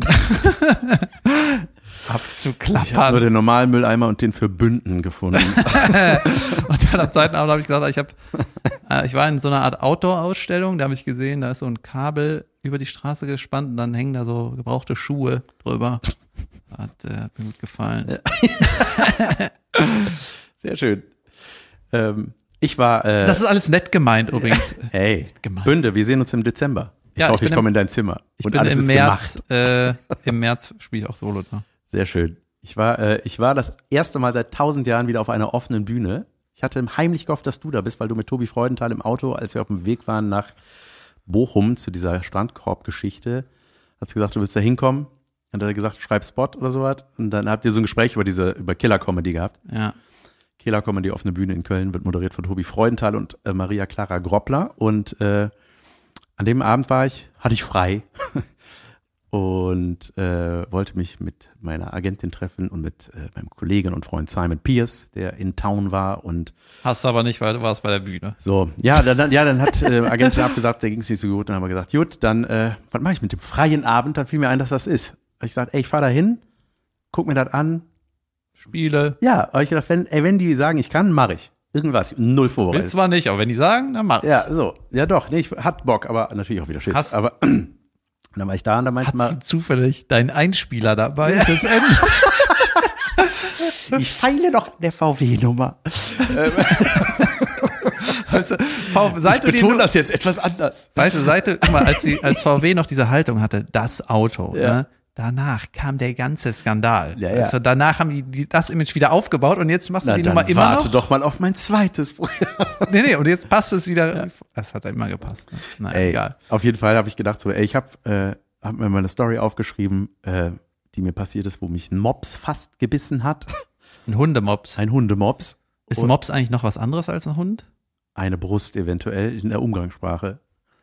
abzuklappern. Ich habe nur den normalen Mülleimer und den für Bünden gefunden. Und dann am zweiten Abend habe ich gesagt, ich war in so einer Art Outdoor-Ausstellung, da habe ich gesehen, da ist so ein Kabel über die Straße gespannt und dann hängen da so gebrauchte Schuhe drüber. Hat mir gut gefallen. Ja. Sehr schön. Ich war. Das ist alles nett gemeint übrigens. Hey, Bünde, wir sehen uns im Dezember. Ich hoffe, ich komme in dein Zimmer. Ich bin im März. Im März spiele ich auch Solo da. Sehr schön. Ich war das erste Mal seit 1000 Jahren wieder auf einer offenen Bühne. Ich hatte heimlich gehofft, dass du da bist, weil du mit Tobi Freudenthal im Auto, als wir auf dem Weg waren nach Bochum zu dieser Strandkorb-Geschichte, hast du gesagt, du willst da hinkommen. Und dann hat er gesagt, schreib Spot oder sowas. Und dann habt ihr so ein Gespräch über Killer-Comedy gehabt. Ja. Killer-Comedy offene Bühne in Köln wird moderiert von Tobi Freudenthal und Maria Clara Groppler. Und an dem Abend hatte ich frei und wollte mich mit meiner Agentin treffen und mit meinem Kollegen und Freund Simon Pierce, der in Town war. Und hast du aber nicht, weil du warst bei der Bühne. So, dann hat Agentin abgesagt, der ging es nicht so gut. Dann haben wir gesagt, gut, dann was mache ich mit dem freien Abend? Dann fiel mir ein, dass das ist. Habe ich gesagt, ich fahre da hin, guck mir das an. Spiele. Ja, habe ich gedacht, wenn die sagen, ich kann, mache ich. Irgendwas, 0 vorbereitet. Will zwar nicht, aber wenn die sagen, dann mach ich. Ja, so. Ja doch, nee, ich hatte Bock, aber natürlich auch wieder Schiss. Aber dann war ich da und dann meinte ich mal. Hast du zufällig deinen Einspieler dabei? Fürs Ende? Ich feile doch an der VW-Nummer. Seit Ich betone das jetzt etwas anders. Weißt du, guck mal, als VW noch diese Haltung hatte, das Auto, ne? Danach kam der ganze Skandal. Ja. Also danach haben die das Image wieder aufgebaut und jetzt machst du die Nummer immer noch. Warte doch mal auf mein zweites Projekt. Nee, und jetzt passt es wieder. Ja. Das hat immer gepasst. Ne? Naja, egal. Auf jeden Fall habe ich gedacht so, ich habe mir mal eine Story aufgeschrieben, die mir passiert ist, wo mich ein Mops fast gebissen hat. Ein Hundemops. Ein Hundemops. Ist ein Mops eigentlich noch was anderes als ein Hund? Eine Brust eventuell in der Umgangssprache.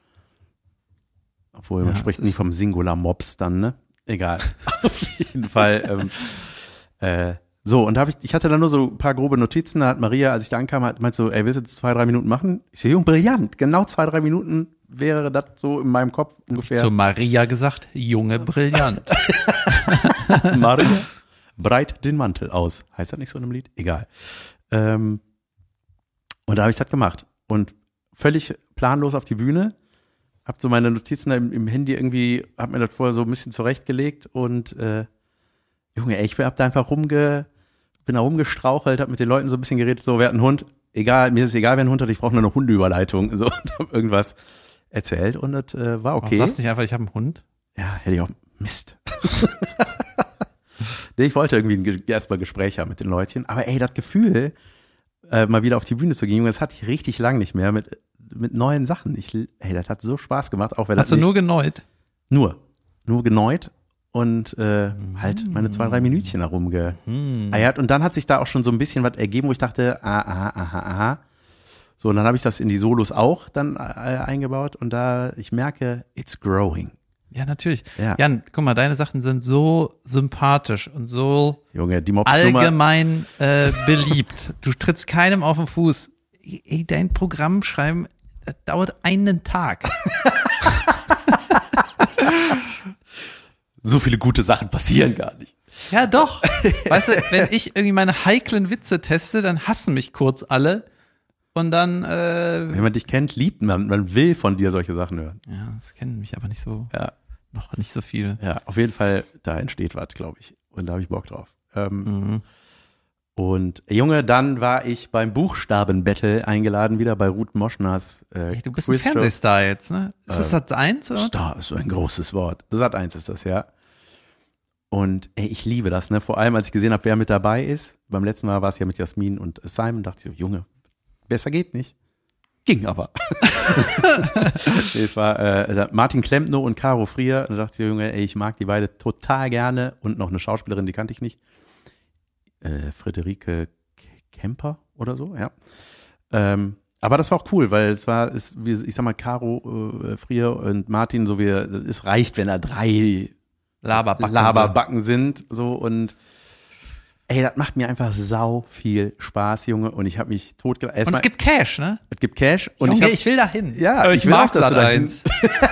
Obwohl man spricht nie vom Singular Mops dann, ne? Egal. Auf jeden Fall. So, und ich hatte dann nur so ein paar grobe Notizen. Da hat Maria, als ich da ankam, meint so, willst du jetzt 2-3 Minuten machen? Ich so, Jung, brillant. Genau 2-3 Minuten wäre das so in meinem Kopf ungefähr. Zu Maria gesagt, Junge, brillant. Maria, breit den Mantel aus. Heißt das nicht so in einem Lied? Egal. Und da habe ich das gemacht. Und völlig planlos auf die Bühne. Hab so meine Notizen im Handy irgendwie, hab mir das vorher so ein bisschen zurechtgelegt und Junge, ich hab da einfach bin da rumgestrauchelt, hab mit den Leuten so ein bisschen geredet, so, wer hat einen Hund? Egal, mir ist es egal, wer einen Hund hat, ich brauche nur eine Hundeüberleitung. So, und hab irgendwas erzählt und das war okay. Warum sagst du nicht einfach, ich habe einen Hund? Ja, hätte ich auch, Mist. Nee, ich wollte irgendwie erstmal Gespräch haben mit den Leutchen, aber das Gefühl, mal wieder auf die Bühne zu gehen, Junge, das hatte ich richtig lang nicht mehr mit neuen Sachen. Das hat so Spaß gemacht, auch wenn Hast du nur geneut? Nur geneut und halt meine 2-3 Minütchen herumgeeiert. Und dann hat sich da auch schon so ein bisschen was ergeben, wo ich dachte, aha. So, und dann habe ich das in die Solos auch dann eingebaut und ich merke, it's growing. Ja, natürlich. Ja. Jan, guck mal, deine Sachen sind so sympathisch und so Junge, die Mops-Nummer allgemein beliebt. Du trittst keinem auf den Fuß. Ey, dein Programm schreiben, das dauert einen Tag. So viele gute Sachen passieren gar nicht. Ja, doch. Weißt du, wenn ich irgendwie meine heiklen Witze teste, dann hassen mich kurz alle. Und dann wenn man dich kennt, liebt man will von dir solche Sachen hören. Ja, das kennen mich aber nicht so. Ja. Noch nicht so viel. Ja, auf jeden Fall, da entsteht was, glaube ich. Und da habe ich Bock drauf. Und Junge, dann war ich beim Buchstabenbattle eingeladen, wieder bei Ruth Moschners du bist ein Fernsehstar jetzt, ne? Ist das Sat.1? Oder? Star ist so ein großes Wort. Sat.1 ist das, ja. Und ich liebe das, ne? Vor allem, als ich gesehen habe, wer mit dabei ist. Beim letzten Mal war es ja mit Jasmin und Simon. Dachte ich so, Junge, besser geht nicht. Ging aber. Nee, es war Martin Klempno und Caro Frier. Und da dachte ich, Junge, ich mag die beide total gerne. Und noch eine Schauspielerin, die kannte ich nicht. Friederike Kemper oder so, ja. Aber das war auch cool, weil ich sag mal, Caro Frier und Martin, so es reicht, wenn da 3 Laberbacken sind. So, und das macht mir einfach sau viel Spaß, Junge. Und ich habe mich totgelacht. Und es gibt Cash, ne? Es gibt Cash. Und Junge, ich will da hin. Ja, ich mag das Sat.1.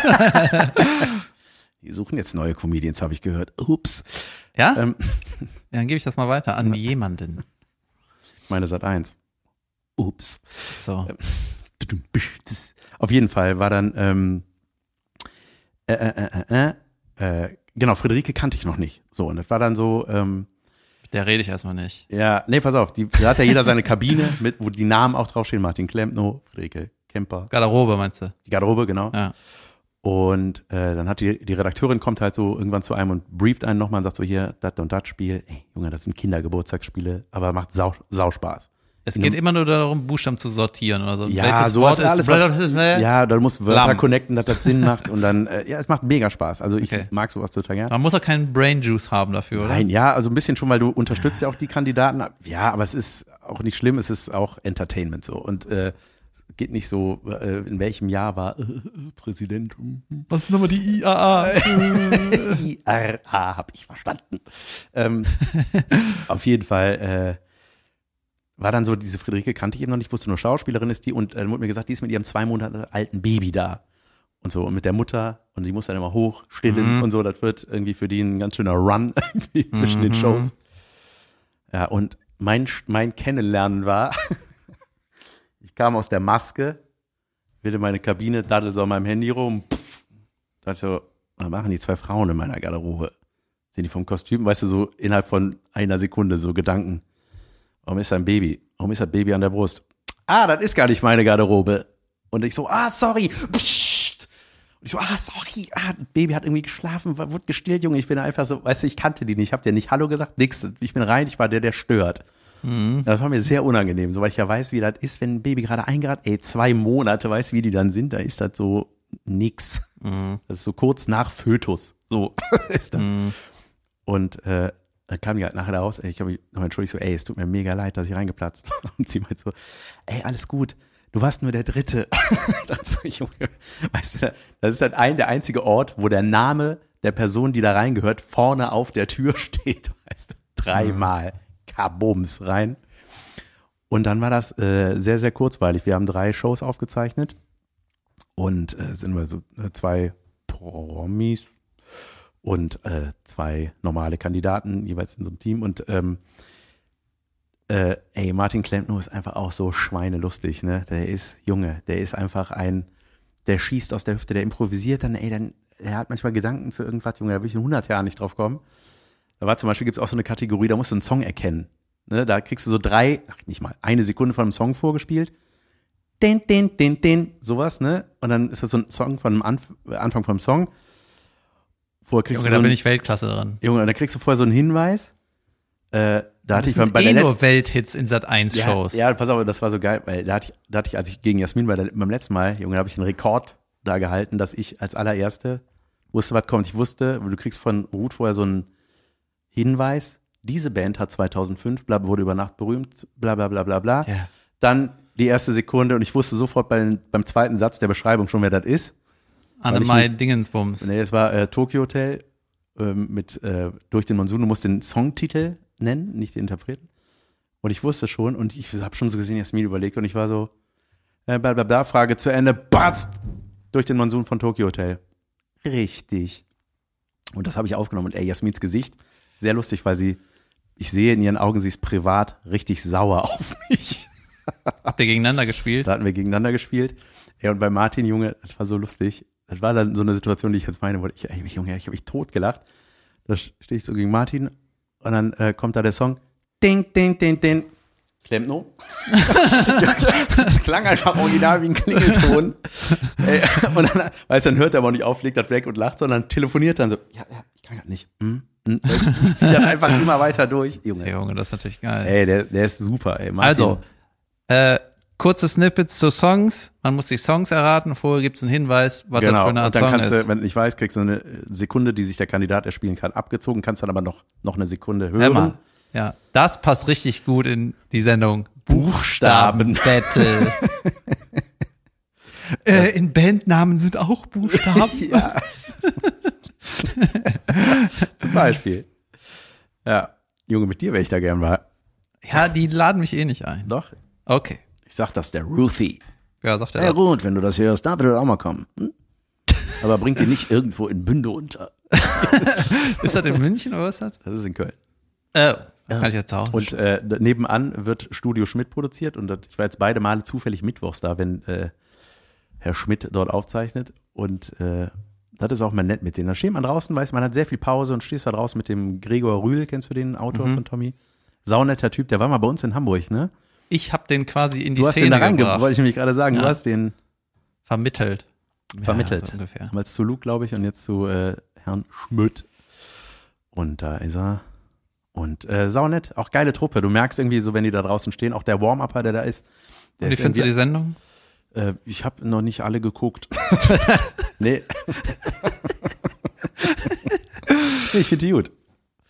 Die suchen jetzt neue Comedians, habe ich gehört. Ups. Ja? Dann gebe ich das mal weiter an jemanden. Meine Sat.1. Ups. So. Auf jeden Fall war dann genau, Friederike kannte ich noch nicht. So, und das war dann so der rede ich erstmal nicht. Ja, nee, pass auf, da hat ja jeder seine Kabine mit, wo die Namen auch draufstehen, Martin Klempno, Friederike Kemper. Garderobe meinst du? Die Garderobe, genau. Ja. Und dann hat die Redakteurin kommt halt so irgendwann zu einem und brieft einen nochmal und sagt so, hier, das und das Spiel, Junge, das sind Kindergeburtstagsspiele, aber macht sau Spaß. Es geht immer nur darum, Buchstaben zu sortieren oder so. Ja, welches sowas Wort alles. Ja, da musst du Wörter connecten, dass das Sinn macht und dann, es macht mega Spaß. Also ich mag sowas total gerne. Man muss auch keinen Brain Juice haben dafür, oder? Nein, ja, also ein bisschen schon, weil du unterstützt ja auch die Kandidaten. Ja, aber es ist auch nicht schlimm, es ist auch Entertainment so. Und geht nicht so, in welchem Jahr war Präsident. Was ist nochmal die IAA? IRA, hab ich verstanden. Auf jeden Fall war dann so, diese Friederike kannte ich eben noch nicht, wusste nur Schauspielerin ist die und dann wurde mir gesagt, die ist mit ihrem 2 Monate alten Baby da. Und so, und mit der Mutter und die muss dann immer hoch, stillen und so, das wird irgendwie für die ein ganz schöner Run irgendwie zwischen den Shows. Ja, und mein Kennenlernen war, ich kam aus der Maske, wählte meine Kabine, daddel so an meinem Handy rum, dachte so, was machen die 2 Frauen in meiner Garderobe? Sind die vom Kostüm, weißt du, so innerhalb von einer Sekunde so Gedanken. Warum ist da ein Baby? Warum ist das Baby an der Brust? das ist gar nicht meine Garderobe. Und ich so, sorry. Psst. Und ich so, sorry. Baby hat irgendwie geschlafen, wurde gestillt, Junge. Ich bin einfach so, weißt du, ich kannte die nicht. Ich hab dir nicht Hallo gesagt, nix. Ich bin rein, ich war der stört. Das war mir sehr unangenehm, so weil ich ja weiß, wie das ist, wenn ein Baby gerade eingerad, 2 Monate, weißt du, wie die dann sind, da ist das so nix. Das ist so kurz nach Fötus. So ist das. Und dann kam die halt nachher raus, ich habe mich noch entschuldigt, so, es tut mir mega leid, dass ich reingeplatzt. Und sie meint so, alles gut, du warst nur der Dritte. Ich dachte so, Junge, weißt du, das ist halt der einzige Ort, wo der Name der Person, die da reingehört, vorne auf der Tür steht, weißt du, 3-mal. Kabums rein. Und dann war das sehr, sehr kurzweilig. Wir haben 3 Shows aufgezeichnet und sind wir so 2 Promis und 2 normale Kandidaten jeweils in so einem Team. Und Martin Klempner ist einfach auch so schweinelustig, ne? Der ist einfach der schießt aus der Hüfte, der improvisiert dann, er hat manchmal Gedanken zu irgendwas, Junge, da will ich in 100 Jahren nicht drauf kommen. Da war zum Beispiel, gibt es auch so eine Kategorie, da musst du einen Song erkennen. Ne, da kriegst du so 1 Sekunde von einem Song vorgespielt. Sowas, ne? Und dann ist das so ein Song von Anfang vom Song. Junge, da bin ich Weltklasse dran. Junge, und dann kriegst du vorher so einen Hinweis. Da hatte ich bei der nur Welthits in Sat.1-Shows. Ja, pass auf, das war so geil, weil da hatte ich, als ich gegen Jasmin beim letzten Mal, Junge, da habe ich einen Rekord da gehalten, dass ich als allererste wusste, was kommt. Ich wusste, du kriegst von Ruth vorher so einen Hinweis, diese Band hat 2005, wurde über Nacht berühmt, bla bla bla bla bla. Ja. Dann die erste Sekunde und ich wusste sofort beim zweiten Satz der Beschreibung schon, wer das ist. Annemai Dingensbums. Nee, es war Tokyo Hotel mit Durch den Monsun. Du musst den Songtitel nennen, nicht den Interpreten. Und ich wusste schon und ich habe schon so gesehen, Jasmin überlegt und ich war so, bla bla bla, Frage zu Ende, batz, Durch den Monsun von Tokyo Hotel. Richtig. Und das habe ich aufgenommen und Jasmins Gesicht, sehr lustig, weil ich sehe in ihren Augen, sie ist privat richtig sauer auf mich. Habt ihr gegeneinander gespielt? Da hatten wir gegeneinander gespielt. Und bei Martin, Junge, das war so lustig. Das war dann so eine Situation, die ich jetzt meine wollte. Ich habe mich totgelacht. Da stehe ich so gegen Martin und dann kommt da der Song. Ding, ding, ding, ding. Klempno. Das klang einfach original wie ein Klingelton. Und dann, weißt du, dann hört er aber auch nicht auf, legt das weg und lacht, sondern telefoniert dann so, ja, ich kann gar nicht. Das zieht dann einfach immer weiter durch. Junge, das ist natürlich geil. Der ist super, Martin. Also, kurze Snippets zu Songs. Man muss die Songs erraten. Vorher gibt es einen Hinweis, was das für eine Art Song ist. Du, wenn du nicht weißt, kriegst du eine Sekunde, die sich der Kandidat erspielen kann, abgezogen, kannst dann aber noch eine Sekunde hören. Hammer. Ja, das passt richtig gut in die Sendung Buchstaben-Battle. In Bandnamen sind auch Buchstaben. Ja. Zum Beispiel. Ja, Junge, mit dir wäre ich da gern mal. Ja, die laden mich eh nicht ein. Doch. Okay. Ich sag das der Ruthie. Ja, sagt er. Ja gut, wenn du das hörst, da wird er auch mal kommen. Aber bringt die nicht irgendwo in Bünde unter. Ist das in München oder was ist das? Das ist in Köln. Kann ich jetzt auch. Und nebenan wird Studio Schmidt produziert und ich war jetzt beide Male zufällig mittwochs da, wenn Herr Schmidt dort aufzeichnet und das ist auch mal nett mit denen. Da steht man draußen, weiß man hat sehr viel Pause und stehst da draußen mit dem Gregor Rühl, kennst du den Autor von Tommy? Saunetter Typ, der war mal bei uns in Hamburg, ne? Ich habe den quasi in die Szene gebracht. Du hast den da reingebracht, wollte ich nämlich gerade sagen. Ja. Du hast den vermittelt. Ja, so ungefähr. Damals zu Luke, glaube ich, und jetzt zu Herrn Schmidt. Und da ist er. Und saunett, auch geile Truppe. Du merkst irgendwie so, wenn die da draußen stehen, auch der Warm-Upper, der da ist. Und wie findest du die Sendung? Ich habe noch nicht alle geguckt. Nee. Ich finde die gut.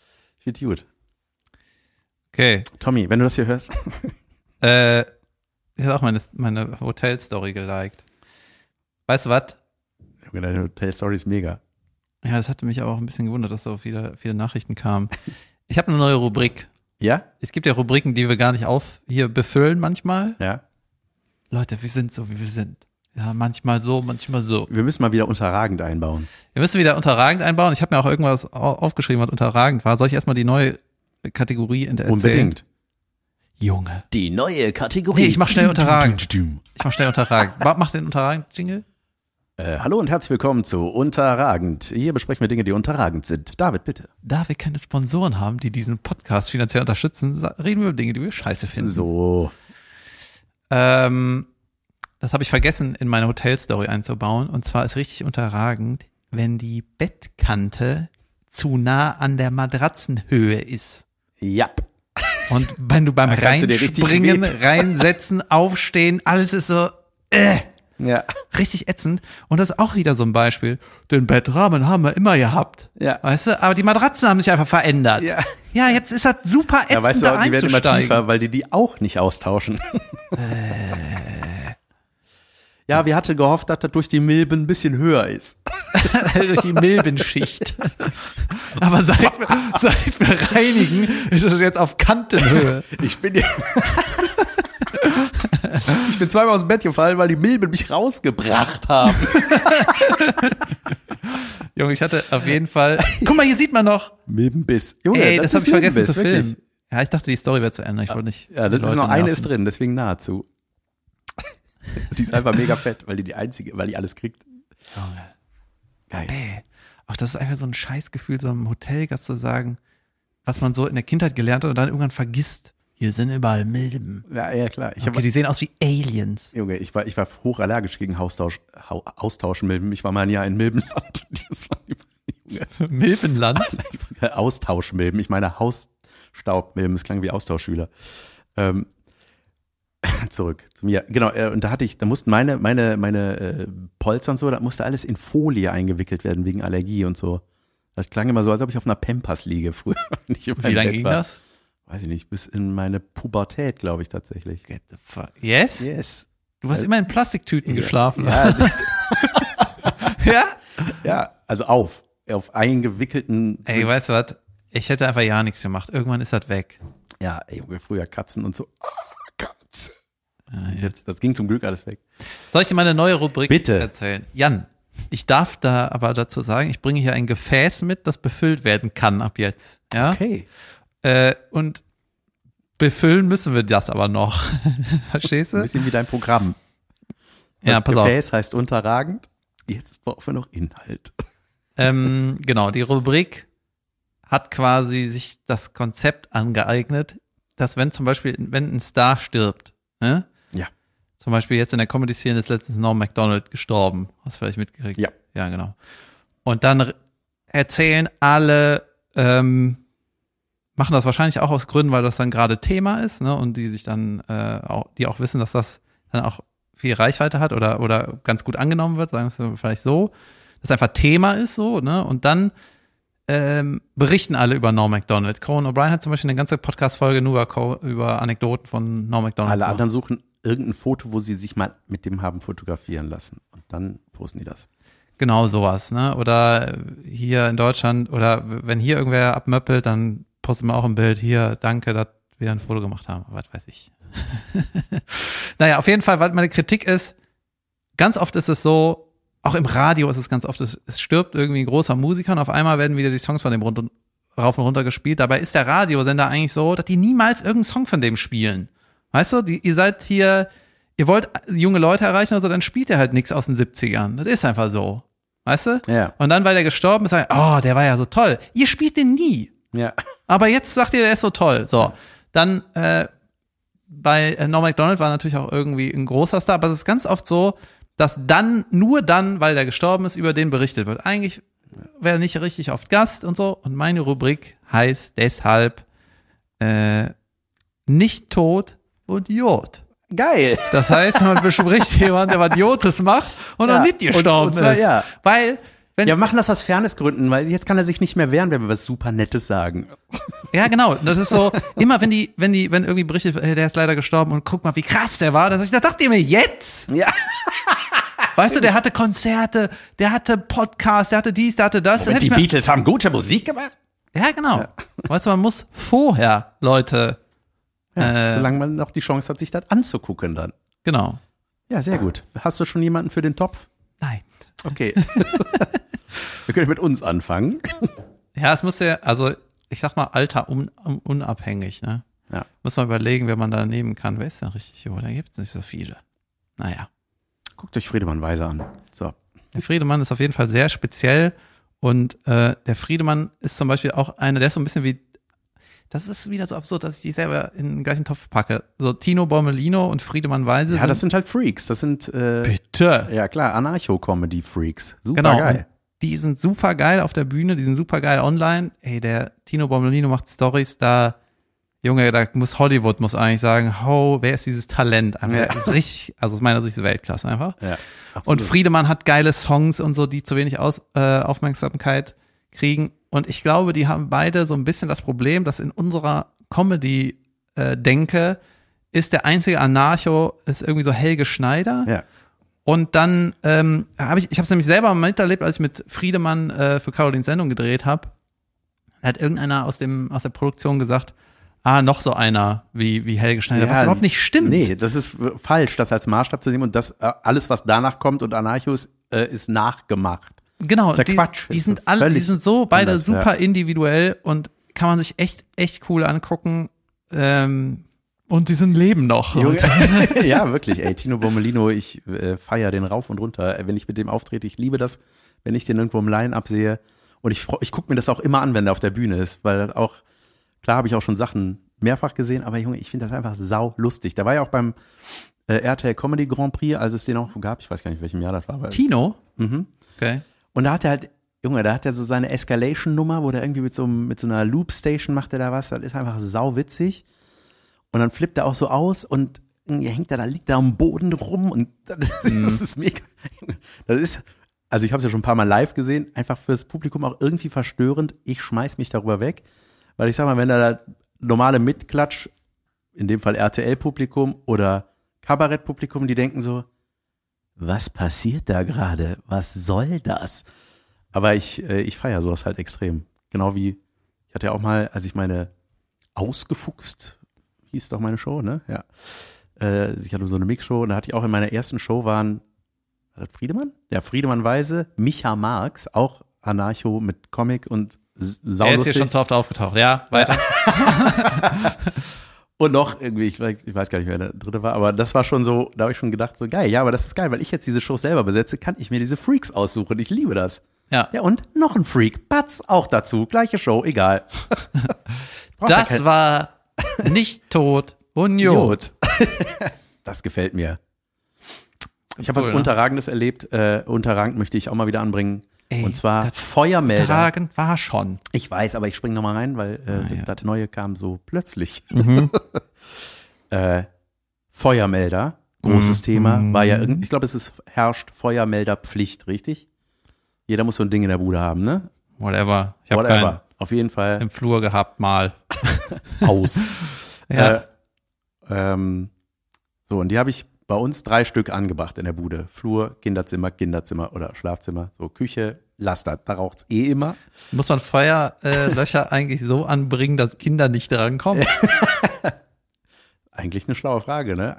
Okay. Tommy, wenn du das hier hörst. Ich habe auch meine Hotel-Story geliked. Weißt du was? Deine Hotel-Story ist mega. Ja, das hatte mich aber auch ein bisschen gewundert, dass so viele Nachrichten kamen. Ich habe eine neue Rubrik. Ja? Es gibt ja Rubriken, die wir gar nicht hier befüllen manchmal. Ja. Leute, wir sind so, wie wir sind. Ja, manchmal so, manchmal so. Wir müssen mal wieder unterragend einbauen. Ich habe mir auch irgendwas aufgeschrieben, was unterragend war. Soll ich erstmal die neue Kategorie in der erzählen? Unbedingt. Junge. Die neue Kategorie. Nee, ich mach schnell unterragend. Mach den unterragend Jingle. Hallo und herzlich willkommen zu Unterragend. Hier besprechen wir Dinge, die unterragend sind. David, bitte. Da wir keine Sponsoren haben, die diesen Podcast finanziell unterstützen, reden wir über Dinge, die wir scheiße finden. So. das habe ich vergessen, in meine Hotelstory einzubauen. Und zwar ist richtig unterragend, wenn die Bettkante zu nah an der Matratzenhöhe ist. Ja. Und wenn du beim Reinspringen, reinsetzen, aufstehen, alles ist so, ja. richtig ätzend. Und das ist auch wieder so ein Beispiel. Den Bettrahmen haben wir immer gehabt. Ja. Weißt du? Aber die Matratzen haben sich einfach verändert. Ja. Ja, jetzt ist das super ätzend, Ja, weißt du, da die werden immer einzusteigen. tiefer, weil die auch nicht austauschen. Ja, wir hatten gehofft, dass das durch die Milben ein bisschen höher ist. Durch die Milbenschicht. Aber seit wir reinigen, ist es jetzt auf Kantenhöhe. Ich bin zweimal aus dem Bett gefallen, weil die Milben mich rausgebracht haben. Junge, ich hatte auf jeden Fall. Guck mal, hier sieht man noch. Milbenbiss. Junge, Ey, das habe ich vergessen zu wirklich filmen. Ja, ich dachte, die Story wäre zu Ende. Ich wollte nicht. Ja, das die ist Leute noch eine nerven. ist drin, deswegen nahezu. Die ist einfach mega fett, weil die einzige, weil die alles kriegt. Geil. Ey, auch das ist einfach so ein Scheißgefühl, so einem Hotelgast zu sagen, was man so in der Kindheit gelernt hat und dann irgendwann vergisst. Hier sind überall Milben. Ja, klar. Die sehen aus wie Aliens. Junge, ich war hochallergisch gegen Austauschmilben. Ich war mal ein Jahr in Milbenland. Das war Junge. Milbenland? Austauschmilben. Ich meine Hausstaubmilben. Das klang wie Austauschschüler. Zurück zu mir. Genau, und da mussten meine Polster und so, da musste alles in Folie eingewickelt werden wegen Allergie und so. Das klang immer so, als ob ich auf einer Pampers liege früher. Wie lange ging das? Weiß ich nicht, bis in meine Pubertät, glaube ich, tatsächlich. Get the fuck. Yes? Yes. Du hast immer in Plastiktüten geschlafen. Ja, Ja? ja, also auf eingewickelten. Ey, weißt du was? Ich hätte einfach ja nichts gemacht. Irgendwann ist das weg. Ja, ey, Junge, früher Katzen und so. Oh, Katze. Jetzt, das ging zum Glück alles weg. Soll ich dir mal eine neue Rubrik Bitte. erzählen? Jan, ich darf da aber dazu sagen, ich bringe hier ein Gefäß mit, das befüllt werden kann ab jetzt. Ja? Okay. Und befüllen müssen wir das aber noch. Verstehst du? Ein bisschen wie dein Programm. Das Ja, pass auf. Gefäß heißt unterragend. Jetzt brauchen wir noch Inhalt. Genau, die Rubrik hat quasi sich das Konzept angeeignet, dass wenn ein Star stirbt, ne? Ja. Zum Beispiel jetzt in der Comedy-Szene ist letztens Norm Macdonald gestorben. Hast du vielleicht mitgekriegt? Ja. Ja, genau. Und dann erzählen alle, machen das wahrscheinlich auch aus Gründen, weil das dann gerade Thema ist, ne? Und die sich dann die auch wissen, dass das dann auch viel Reichweite hat oder ganz gut angenommen wird, sagen wir es vielleicht so, dass einfach Thema ist so, ne? Und dann berichten alle über Norm Macdonald. Conan O'Brien hat zum Beispiel eine ganze Podcast-Folge nur über Anekdoten von Norm Macdonald Alle gemacht. anderen suchen irgendein Foto, wo sie sich mal mit dem haben fotografieren lassen. Und dann posten die das. Genau sowas, ne? Oder hier in Deutschland, oder wenn hier irgendwer abmöppelt, dann postet man auch ein Bild, hier, danke, dass wir ein Foto gemacht haben. Was weiß ich. Naja, auf jeden Fall, weil meine Kritik ist, ganz oft ist es so, auch im Radio ist es ganz oft, es stirbt irgendwie ein großer Musiker und auf einmal werden wieder die Songs von dem rauf und runter gespielt. Dabei ist der Radiosender eigentlich so, dass die niemals irgendeinen Song von dem spielen. Weißt du, ihr seid hier, ihr wollt junge Leute erreichen, also dann spielt ihr halt nichts aus den 70ern. Das ist einfach so. Weißt du? Ja. Und dann, weil der gestorben ist, sagt, oh, der war ja so toll. Ihr spielt den nie. Ja. Aber jetzt sagt ihr, der ist so toll. So, dann bei Norm Macdonald war natürlich auch irgendwie ein großer Star, aber es ist ganz oft so, dass nur dann, weil der gestorben ist, über den berichtet wird. Eigentlich wäre er nicht richtig oft Gast und so. Und meine Rubrik heißt deshalb nicht tot und Jod. Geil. Das heißt, man bespricht jemanden, der was Jotes macht und Ja, noch nicht gestorben und zwar, ist. ja. Weil, wenn Ja, wir machen das aus Fairnessgründen, weil jetzt kann er sich nicht mehr wehren, wenn wir was super Nettes sagen. Ja, genau. Das ist so, immer wenn irgendwie berichtet, wird, der ist leider gestorben und guck mal, wie krass der war, das dachte ich mir jetzt. Ja. Weißt du, der hatte Konzerte, der hatte Podcasts, der hatte dies, der hatte das. Das hätte Die ich mir, Beatles haben gute Musik gemacht. ja, genau. Weißt du, man muss vorher Leute, Ja, solange man noch die Chance hat, sich das anzugucken dann. genau. Ja, sehr gut. Hast du schon jemanden für den Topf? Nein. Okay. Wir können mit uns anfangen. Ja, es muss ja, also ich sag mal, Alter unabhängig, ne? Ja. Muss man überlegen, wer man da nehmen kann. Wer ist denn richtig? Da gibt's nicht so viele. Naja. Guckt euch Friedemann Weiser an. So. Der Friedemann ist auf jeden Fall sehr speziell und der Friedemann ist zum Beispiel auch einer, der ist so ein bisschen wie Das ist wieder so absurd, dass ich die selber in den gleichen Topf packe. So Tino Bormelino und Friedemann Weise. Ja, das sind halt Freaks. Das sind, bitte. Ja klar, Anarcho-Comedy-Freaks. Super Genau. geil. Die sind super geil auf der Bühne, die sind super geil online. Ey, der Tino Bormelino macht Stories da. Junge, da muss Hollywood eigentlich sagen, wer ist dieses Talent? Einfach, das ist richtig, also aus meiner Sicht ist Weltklasse einfach. Ja, absolut. Und Friedemann hat geile Songs und so, die zu wenig Aufmerksamkeit kriegen. Und ich glaube, die haben beide so ein bisschen das Problem, dass in unserer Comedy-Denke ist der einzige Anarcho ist irgendwie so Helge Schneider. Ja. Und dann habe ich habe es nämlich selber miterlebt, als ich mit Friedemann für Carolins Sendung gedreht habe. Da hat irgendeiner aus der Produktion gesagt, noch so einer wie Helge Schneider, was überhaupt nicht stimmt. Nee, das ist falsch, das als Maßstab zu nehmen und das alles, was danach kommt und Anarcho ist nachgemacht. Genau, das ist ja Quatsch. Die sind so beide anders, super individuell und kann man sich echt cool angucken. Und die sind leben noch. Ja, wirklich, ey, Tino Bormelino, ich feiere den rauf und runter, wenn ich mit dem auftrete. Ich liebe das, wenn ich den irgendwo im Line-Up sehe. Und ich gucke mir das auch immer an, wenn der auf der Bühne ist, weil auch, klar habe ich auch schon Sachen mehrfach gesehen, aber Junge, ich finde das einfach sau lustig. Der war ja auch beim RTL Comedy Grand Prix, als es den auch gab, ich weiß gar nicht, welchem Jahr das war. Tino? Mhm. Okay. Und da hat er halt, Junge, da hat er so seine Escalation-Nummer, wo der irgendwie mit so einer Loop-Station macht er da was, das ist einfach sau witzig. Und dann flippt er auch so aus und liegt da am Boden rum und das ist mega. Das ist, also ich habe es ja schon ein paar Mal live gesehen, einfach fürs Publikum auch irgendwie verstörend. Ich schmeiß mich darüber weg, weil ich sag mal, wenn da normale Mitklatsch, in dem Fall RTL-Publikum oder Kabarett-Publikum, die denken so, was passiert da gerade? Was soll das? Aber ich feiere sowas halt extrem. Genau wie, ich hatte ja auch mal, als ich meine Ausgefuchst hieß doch meine Show, ne? Ja. Ich hatte so eine Mixshow und da hatte ich auch in meiner ersten Show war das Friedemann? Ja, Friedemann Weise, Micha Marx, auch Anarcho mit Comic und saulustig. Er ist hier schon zu oft aufgetaucht, ja, weiter. Und noch irgendwie, ich weiß gar nicht, wer der dritte war, aber das war schon so, da habe ich schon gedacht, so geil, ja, aber das ist geil, weil ich jetzt diese Show selber besetze, kann ich mir diese Freaks aussuchen. Ich liebe das. Ja. Ja, und noch ein Freak, Batz auch dazu, gleiche Show, egal. Das war nicht tot und Jod. Das gefällt mir. Ich habe was Unterragendes erlebt. Unterragend möchte ich auch mal wieder anbringen. Ey, und zwar Feuermelder. Unterragend war schon. Ich weiß, aber ich springe nochmal rein, weil das Neue kam so plötzlich. Feuermelder, großes Thema. War ja ich glaube, herrscht Feuermelderpflicht, richtig? Jeder muss so ein Ding in der Bude haben, ne? Whatever. Ich habe keinen auf jeden Fall im Flur gehabt, mal. Aus. Ja. So, und die habe ich bei uns 3 Stück angebracht in der Bude. Flur, Kinderzimmer oder Schlafzimmer. So, Küche, lasst das. Da raucht's immer. Muss man Feuerlöcher eigentlich so anbringen, dass Kinder nicht drankommen? Eigentlich eine schlaue Frage, ne?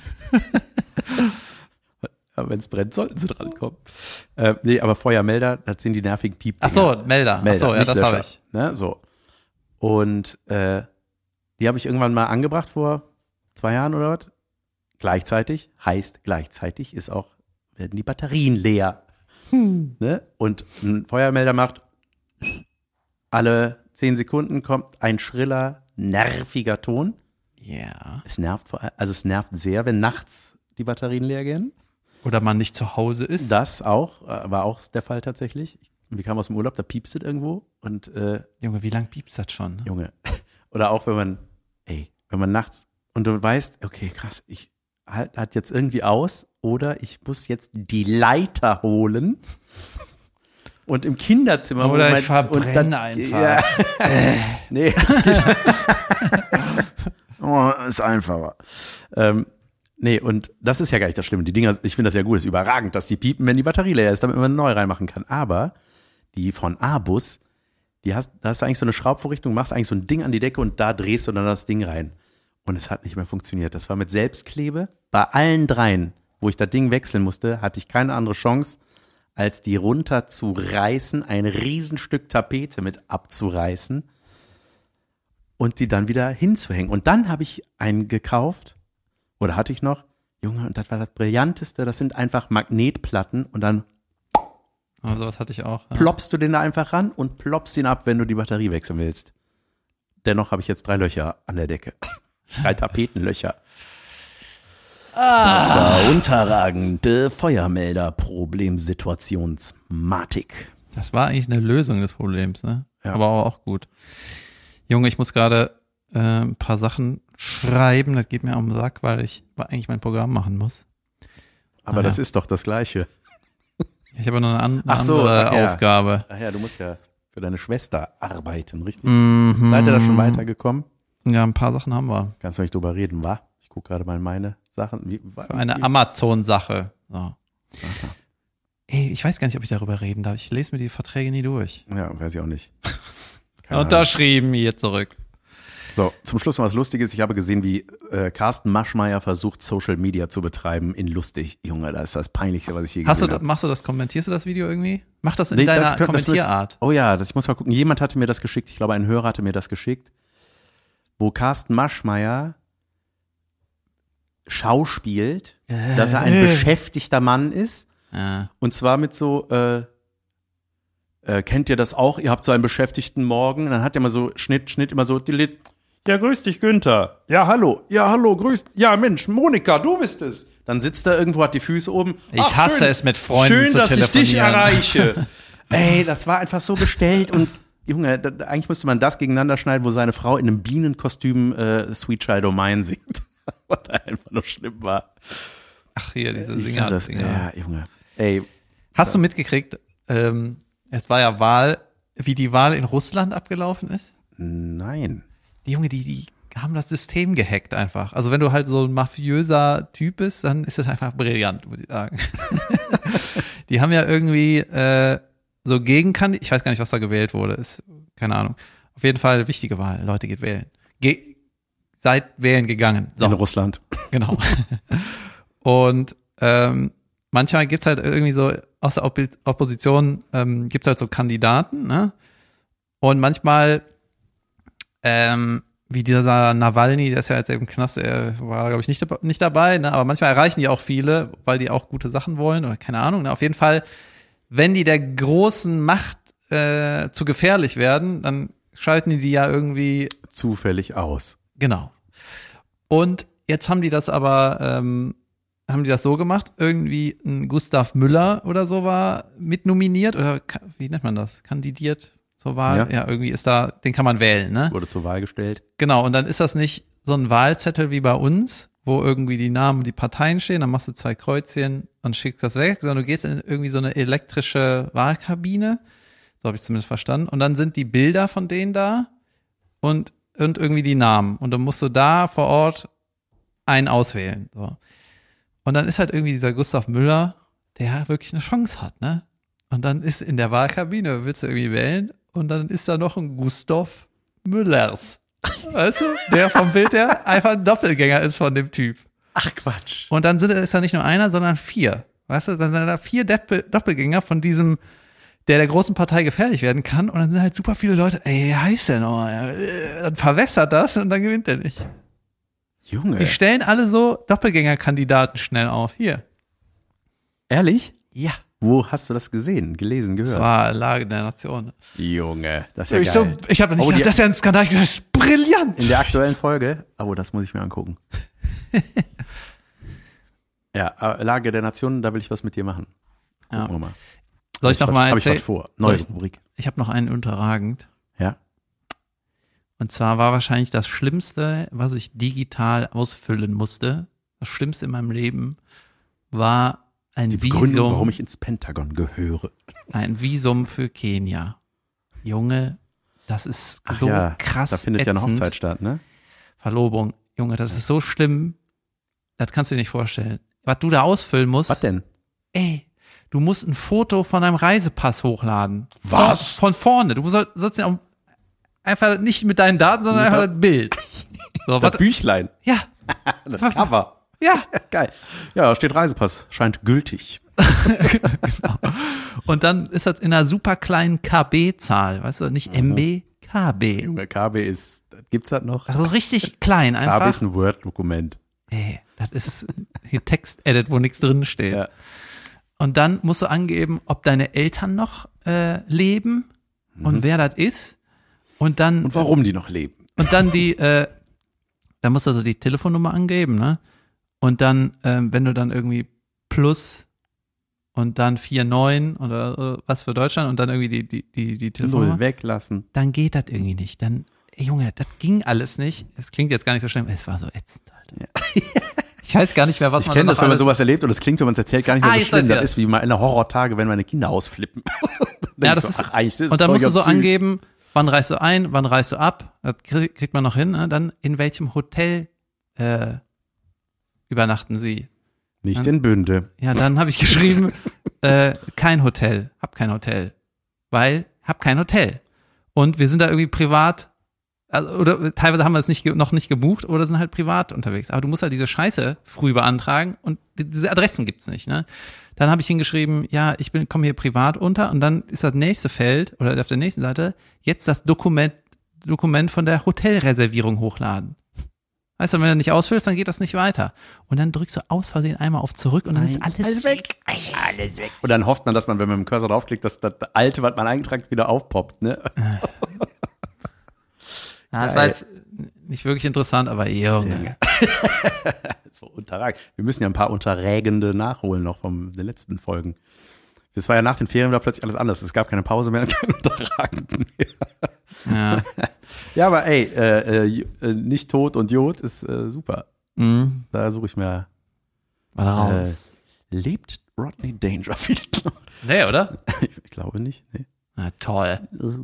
Aber wenn es brennt, sollten sie drankommen. Nee, aber Feuermelder, das sind die nervigen Piepdinger. Ach so, Melder. Ach so, ja, das habe ich. Ne? So. Und die habe ich irgendwann mal angebracht vor 2 Jahren oder was. Gleichzeitig, heißt gleichzeitig werden die Batterien leer. Ne? Und ein Feuermelder macht, alle 10 Sekunden kommt ein schriller, nerviger Ton. Ja. Yeah. Es nervt sehr, wenn nachts die Batterien leer gehen. Oder man nicht zu Hause ist. Das auch, war auch der Fall tatsächlich. Wir kamen aus dem Urlaub, da piepst es irgendwo. Und, Junge, wie lang piepst das schon? Ne? Junge. Oder auch wenn man nachts und du weißt, okay, krass, ich halt jetzt irgendwie aus oder ich muss jetzt die Leiter holen und im Kinderzimmer. Oder ich verbrenne einfach. Ja. Nee, das geht. Ist einfacher. Nee, und das ist ja gar nicht das Schlimme. Die Dinger, ich finde das ja gut, ist überragend, dass die piepen, wenn die Batterie leer ist, damit man neu reinmachen kann. Aber die von Abus, da hast du eigentlich so eine Schraubvorrichtung, machst eigentlich so ein Ding an die Decke und da drehst du dann das Ding rein. Und es hat nicht mehr funktioniert. Das war mit Selbstklebe. Bei allen 3, wo ich das Ding wechseln musste, hatte ich keine andere Chance, als die runter zu reißen, ein Riesenstück Tapete mit abzureißen und die dann wieder hinzuhängen. Und dann habe ich einen gekauft, oder hatte ich noch, Junge, und das war das Brillanteste, das sind einfach Magnetplatten und dann sowas hatte ich auch. Ja. ploppst du den da einfach ran und ploppst ihn ab, wenn du die Batterie wechseln willst. dennoch habe ich jetzt 3 Löcher an der Decke. 3 Tapetenlöcher. Das war unterragende Feuermelder-Problemsituationsmatik. Das war eigentlich eine Lösung des Problems, ne? Ja. Aber auch gut. Junge, ich muss gerade ein paar Sachen schreiben. Das geht mir am Sack, weil ich eigentlich mein Programm machen muss. Aber das ist doch das Gleiche. Ich habe noch eine andere Aufgabe. Ach ja, du musst ja für deine Schwester arbeiten, richtig? Seid ihr da schon weitergekommen? Ja, ein paar Sachen haben wir. Kannst du nicht drüber reden, wa? Ich gucke gerade mal in meine Sachen. Für eine Amazon-Sache. So. Ey, ich weiß gar nicht, ob ich darüber reden darf. Ich lese mir die Verträge nie durch. Ja, weiß ich auch nicht. Keine Unterschrieben hier zurück. So, zum Schluss noch was Lustiges. Ich habe gesehen, wie Carsten Maschmeyer versucht, Social Media zu betreiben in lustig. Junge, das ist das Peinlichste, was ich je gesehen habe. Machst du das, kommentierst du das Video irgendwie? Mach das in deiner Kommentierart. Oh ja, ich muss mal gucken. Jemand hatte mir das geschickt. Ich glaube, ein Hörer hatte mir das geschickt. Wo Carsten Maschmeyer schauspielt, dass er ein beschäftigter Mann ist. Und zwar mit so, kennt ihr das auch? Ihr habt so einen beschäftigten Morgen. Und dann hat er mal so Schnitt, immer so. Ja, grüß dich, Günther. Ja, hallo, grüß. Ja, Mensch, Monika, du bist es. Dann sitzt er irgendwo, hat die Füße oben. Ich hasse es, mit Freunden zu telefonieren. Schön, dass ich dich erreiche. Ey, das war einfach so gestellt. Und Junge, eigentlich müsste man das gegeneinander schneiden, wo seine Frau in einem Bienenkostüm Sweet Child O' Mine singt. Was da einfach nur schlimm war. Ach, hier, diese Singer. Ja, Junge. Ey. Hast du mitgekriegt, es war ja Wahl, wie die Wahl in Russland abgelaufen ist? Nein. Die Junge, die haben das System gehackt einfach. Also wenn du halt so ein mafiöser Typ bist, dann ist das einfach brillant, muss ich sagen. Die haben ja irgendwie so Gegenkandidaten, ich weiß gar nicht, was da gewählt wurde, ist keine Ahnung. Auf jeden Fall wichtige Wahl, Leute, geht wählen. Seid wählen gegangen. So. In Russland. Genau. Und manchmal gibt's halt irgendwie so, aus der Opposition gibt's halt so Kandidaten, ne? Und manchmal, wie dieser Nawalny, der ist ja jetzt im Knast, er war, glaube ich, nicht dabei, ne? Aber manchmal erreichen die auch viele, weil die auch gute Sachen wollen oder keine Ahnung. Ne? Auf jeden Fall, wenn die der großen Macht zu gefährlich werden, dann schalten die ja irgendwie zufällig aus. Genau. Und jetzt haben die das aber haben die das so gemacht, irgendwie ein Gustav Müller oder so war mitnominiert oder wie nennt man das? Kandidiert zur Wahl? Ja, irgendwie ist da, den kann man wählen, ne? Wurde zur Wahl gestellt. Genau, und dann ist das nicht so ein Wahlzettel wie bei uns, wo irgendwie die Namen und die Parteien stehen, dann machst du 2 Kreuzchen und schickst das weg, sondern du gehst in irgendwie so eine elektrische Wahlkabine, so habe ich es zumindest verstanden, und dann sind die Bilder von denen da und irgendwie die Namen und dann musst du da vor Ort einen auswählen, so. Und dann ist halt irgendwie dieser Gustav Müller, der wirklich eine Chance hat, ne? Und dann ist in der Wahlkabine, willst du irgendwie wählen, und dann ist da noch ein Gustav Müllers. Weißt du? Der vom Bild her einfach ein Doppelgänger ist von dem Typ. Ach Quatsch. Und dann ist da nicht nur einer, sondern 4. Weißt du, dann sind da 4 Doppelgänger von diesem, der großen Partei gefährlich werden kann. Und dann sind halt super viele Leute, ey, wie heißt der noch? Dann verwässert das und dann gewinnt der nicht. Junge. Die stellen alle so Doppelgängerkandidaten schnell auf. Hier. Ehrlich? Ja. Wo hast du das gesehen, gelesen, gehört? Das war Lage der Nation. Junge, das ist ja geil. Ich habe nicht gedacht, das ist ja ein Skandal. Das ist brillant. In der aktuellen Folge, das muss ich mir angucken. Ja, Lage der Nation, da will ich was mit dir machen. Gucken wir mal. Soll ich noch mal erzählen? Habe ich was vor. Neue Rubrik. Ich habe noch einen unterragend. Ja. Und zwar war wahrscheinlich das Schlimmste, was ich digital ausfüllen musste, das Schlimmste in meinem Leben, war ein Die Begründung, Visum. warum ich ins Pentagon gehöre. Ein Visum für Kenia. Junge, das ist so krass. Da findet ja eine Hochzeit statt, ne? Verlobung. Junge, das ist so schlimm. Das kannst du dir nicht vorstellen. Was du da ausfüllen musst. Was denn? Ey, du musst ein Foto von deinem Reisepass hochladen. Was? Von vorne. Du sollst ja auch einfach nicht mit deinen Daten, sondern einfach das Bild. So, das Büchlein. Ja. Das Cover. Ja. Geil. Ja, da steht Reisepass. Scheint gültig. Genau. Und dann ist das in einer super kleinen KB-Zahl. Weißt du, nicht MB, KB. Junge, KB gibt's das noch? Also richtig klein einfach. KB ist ein Word-Dokument. Ey, das ist hier Text-Edit, wo nichts drin steht. Ja. Und dann musst du angeben, ob deine Eltern noch leben und wer das ist. Und dann. Und warum die noch leben. Und dann da musst du also die Telefonnummer angeben, ne? Und dann, wenn du dann irgendwie plus und dann 49 oder was für Deutschland und dann irgendwie die Telefonnummer. Null weglassen. Dann geht das irgendwie nicht. Dann, Junge, das ging alles nicht. Es klingt jetzt gar nicht so schlimm. Es war so ätzend, Alter. Ja. Ich weiß gar nicht mehr, was Ich man kenne noch das, wenn man alles- sowas erlebt und es klingt, wenn man es erzählt, gar nicht mehr so jetzt schlimm. weiß ich Das ist wie meine Horrortage, wenn meine Kinder ausflippen. Ja, das ist, und dann musst du so angeben, wann reist du ein, wann reist du ab. Das kriegt man noch hin. Ne? Dann in welchem Hotel übernachten sie. Nicht in Bünde. Ja, dann habe ich geschrieben, kein Hotel, hab kein Hotel. Weil, hab kein Hotel. Und wir sind da irgendwie privat, also, oder teilweise haben wir es noch nicht gebucht oder sind halt privat unterwegs. Aber du musst halt diese Scheiße früh beantragen und diese Adressen gibt's nicht, ne? Dann habe ich hingeschrieben, ja, komme hier privat unter und dann ist das nächste Feld oder auf der nächsten Seite jetzt das Dokument von der Hotelreservierung hochladen. Weißt du, wenn du nicht ausfüllst, dann geht das nicht weiter. Und dann drückst du aus Versehen einmal auf zurück und dann ist alles weg. Alles weg. Und dann hofft man, dass man, wenn man mit dem Cursor draufklickt, dass das Alte, was man eingetragen hat, wieder aufpoppt, ne? Ja, das war jetzt nicht wirklich interessant, aber Junge. So unterragend. Wir müssen ja ein paar Unterrägende nachholen noch von den letzten Folgen. Das war ja nach den Ferien war plötzlich alles anders. Es gab keine Pause mehr und keine Unterragenden mehr. Ja. Ja, aber ey, nicht tot und Jod ist super. Mhm. Da suche ich mir. War da raus. Lebt Rodney Dangerfield noch? Nee, oder? Ich glaube nicht. Nee. Na toll.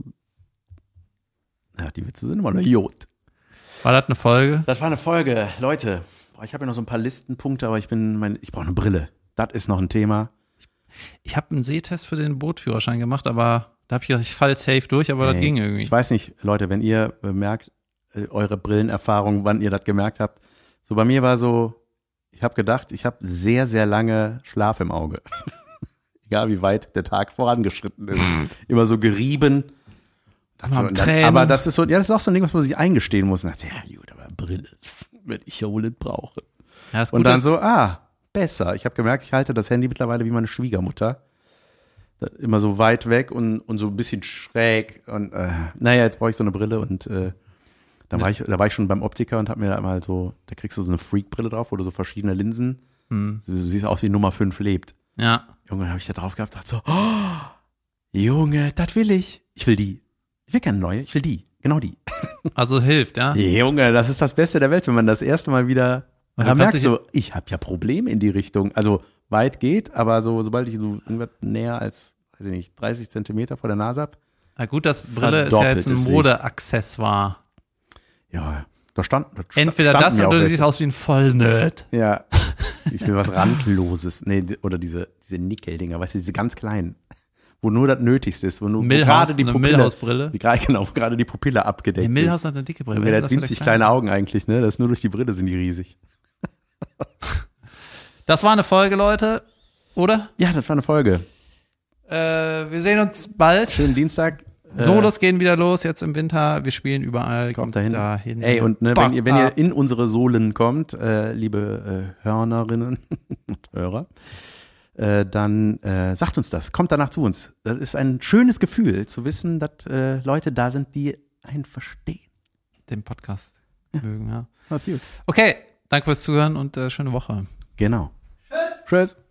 Ja, die Witze sind immer nur Jod. War das eine Folge? Das war eine Folge. Leute, ich habe ja noch so ein paar Listenpunkte, aber ich brauche eine Brille. Das ist noch ein Thema. Ich habe einen Sehtest für den Bootführerschein gemacht, aber da habe ich gedacht, ich fall safe durch, aber das ging irgendwie. Ich weiß nicht, Leute, wenn ihr merkt, eure Brillenerfahrung, wann ihr das gemerkt habt. So bei mir war so, ich habe gedacht, ich habe sehr, sehr lange Schlaf im Auge. Egal wie weit der Tag vorangeschritten ist. Immer so gerieben. Aber das ist so, ja, das ist auch so ein Ding, was man sich eingestehen muss. Und dachte, ja gut, aber Brille, wenn ich ja wohl nicht brauche. Ja, ist Und gut, dann so, besser. Ich habe gemerkt, ich halte das Handy mittlerweile wie meine Schwiegermutter. Immer so weit weg und so ein bisschen schräg. Und naja, jetzt brauche ich so eine Brille und da war ich schon beim Optiker und habe mir da mal so, da kriegst du so eine Freak-Brille drauf, wo du so verschiedene Linsen, du siehst aus wie Nummer 5 lebt. Ja. Junge, dann habe ich da drauf gehabt, dachte so, Junge, das will ich. Ich will die. Ich will keine neue, ich will die. Genau die. Also hilft, ja? Junge, das ist das Beste der Welt, wenn man das erste Mal wieder, und dann merkst du, ich habe ja Probleme in die Richtung. Also weit geht, aber so, sobald ich so irgendwas näher als, weiß ich nicht, 30 Zentimeter vor der Nase habe. Na gut, das Brille ist ja jetzt ein Modeaccessoire. Ja, da stand. Entweder das oder du siehst aus wie ein Vollnerd. Ja, ich will was Randloses. Nee, oder diese Nickel-Dinger, weißt du, diese ganz kleinen. Wo nur das Nötigste ist, wo gerade die Pupille, Milhouse-Brille. Genau, wo gerade die Pupille abgedeckt ist. Milhouse hat eine dicke Brille. Der hat winzig kleine Augen eigentlich, ne? Das ist nur durch die Brille sind die riesig. Das war eine Folge, Leute, oder? Ja, das war eine Folge. Wir sehen uns bald. Schönen Dienstag. Solos gehen wieder los jetzt im Winter. Wir spielen überall. Kommt dahin. Ey, und ne, wenn ihr in unsere Sohlen kommt, liebe Hörnerinnen und Hörer, dann sagt uns das. Kommt danach zu uns. Das ist ein schönes Gefühl, zu wissen, dass Leute da sind, die einen verstehen. Den Podcast mögen, ja. Mach's gut. Okay, danke fürs Zuhören und schöne Woche. Genau. Tschüss.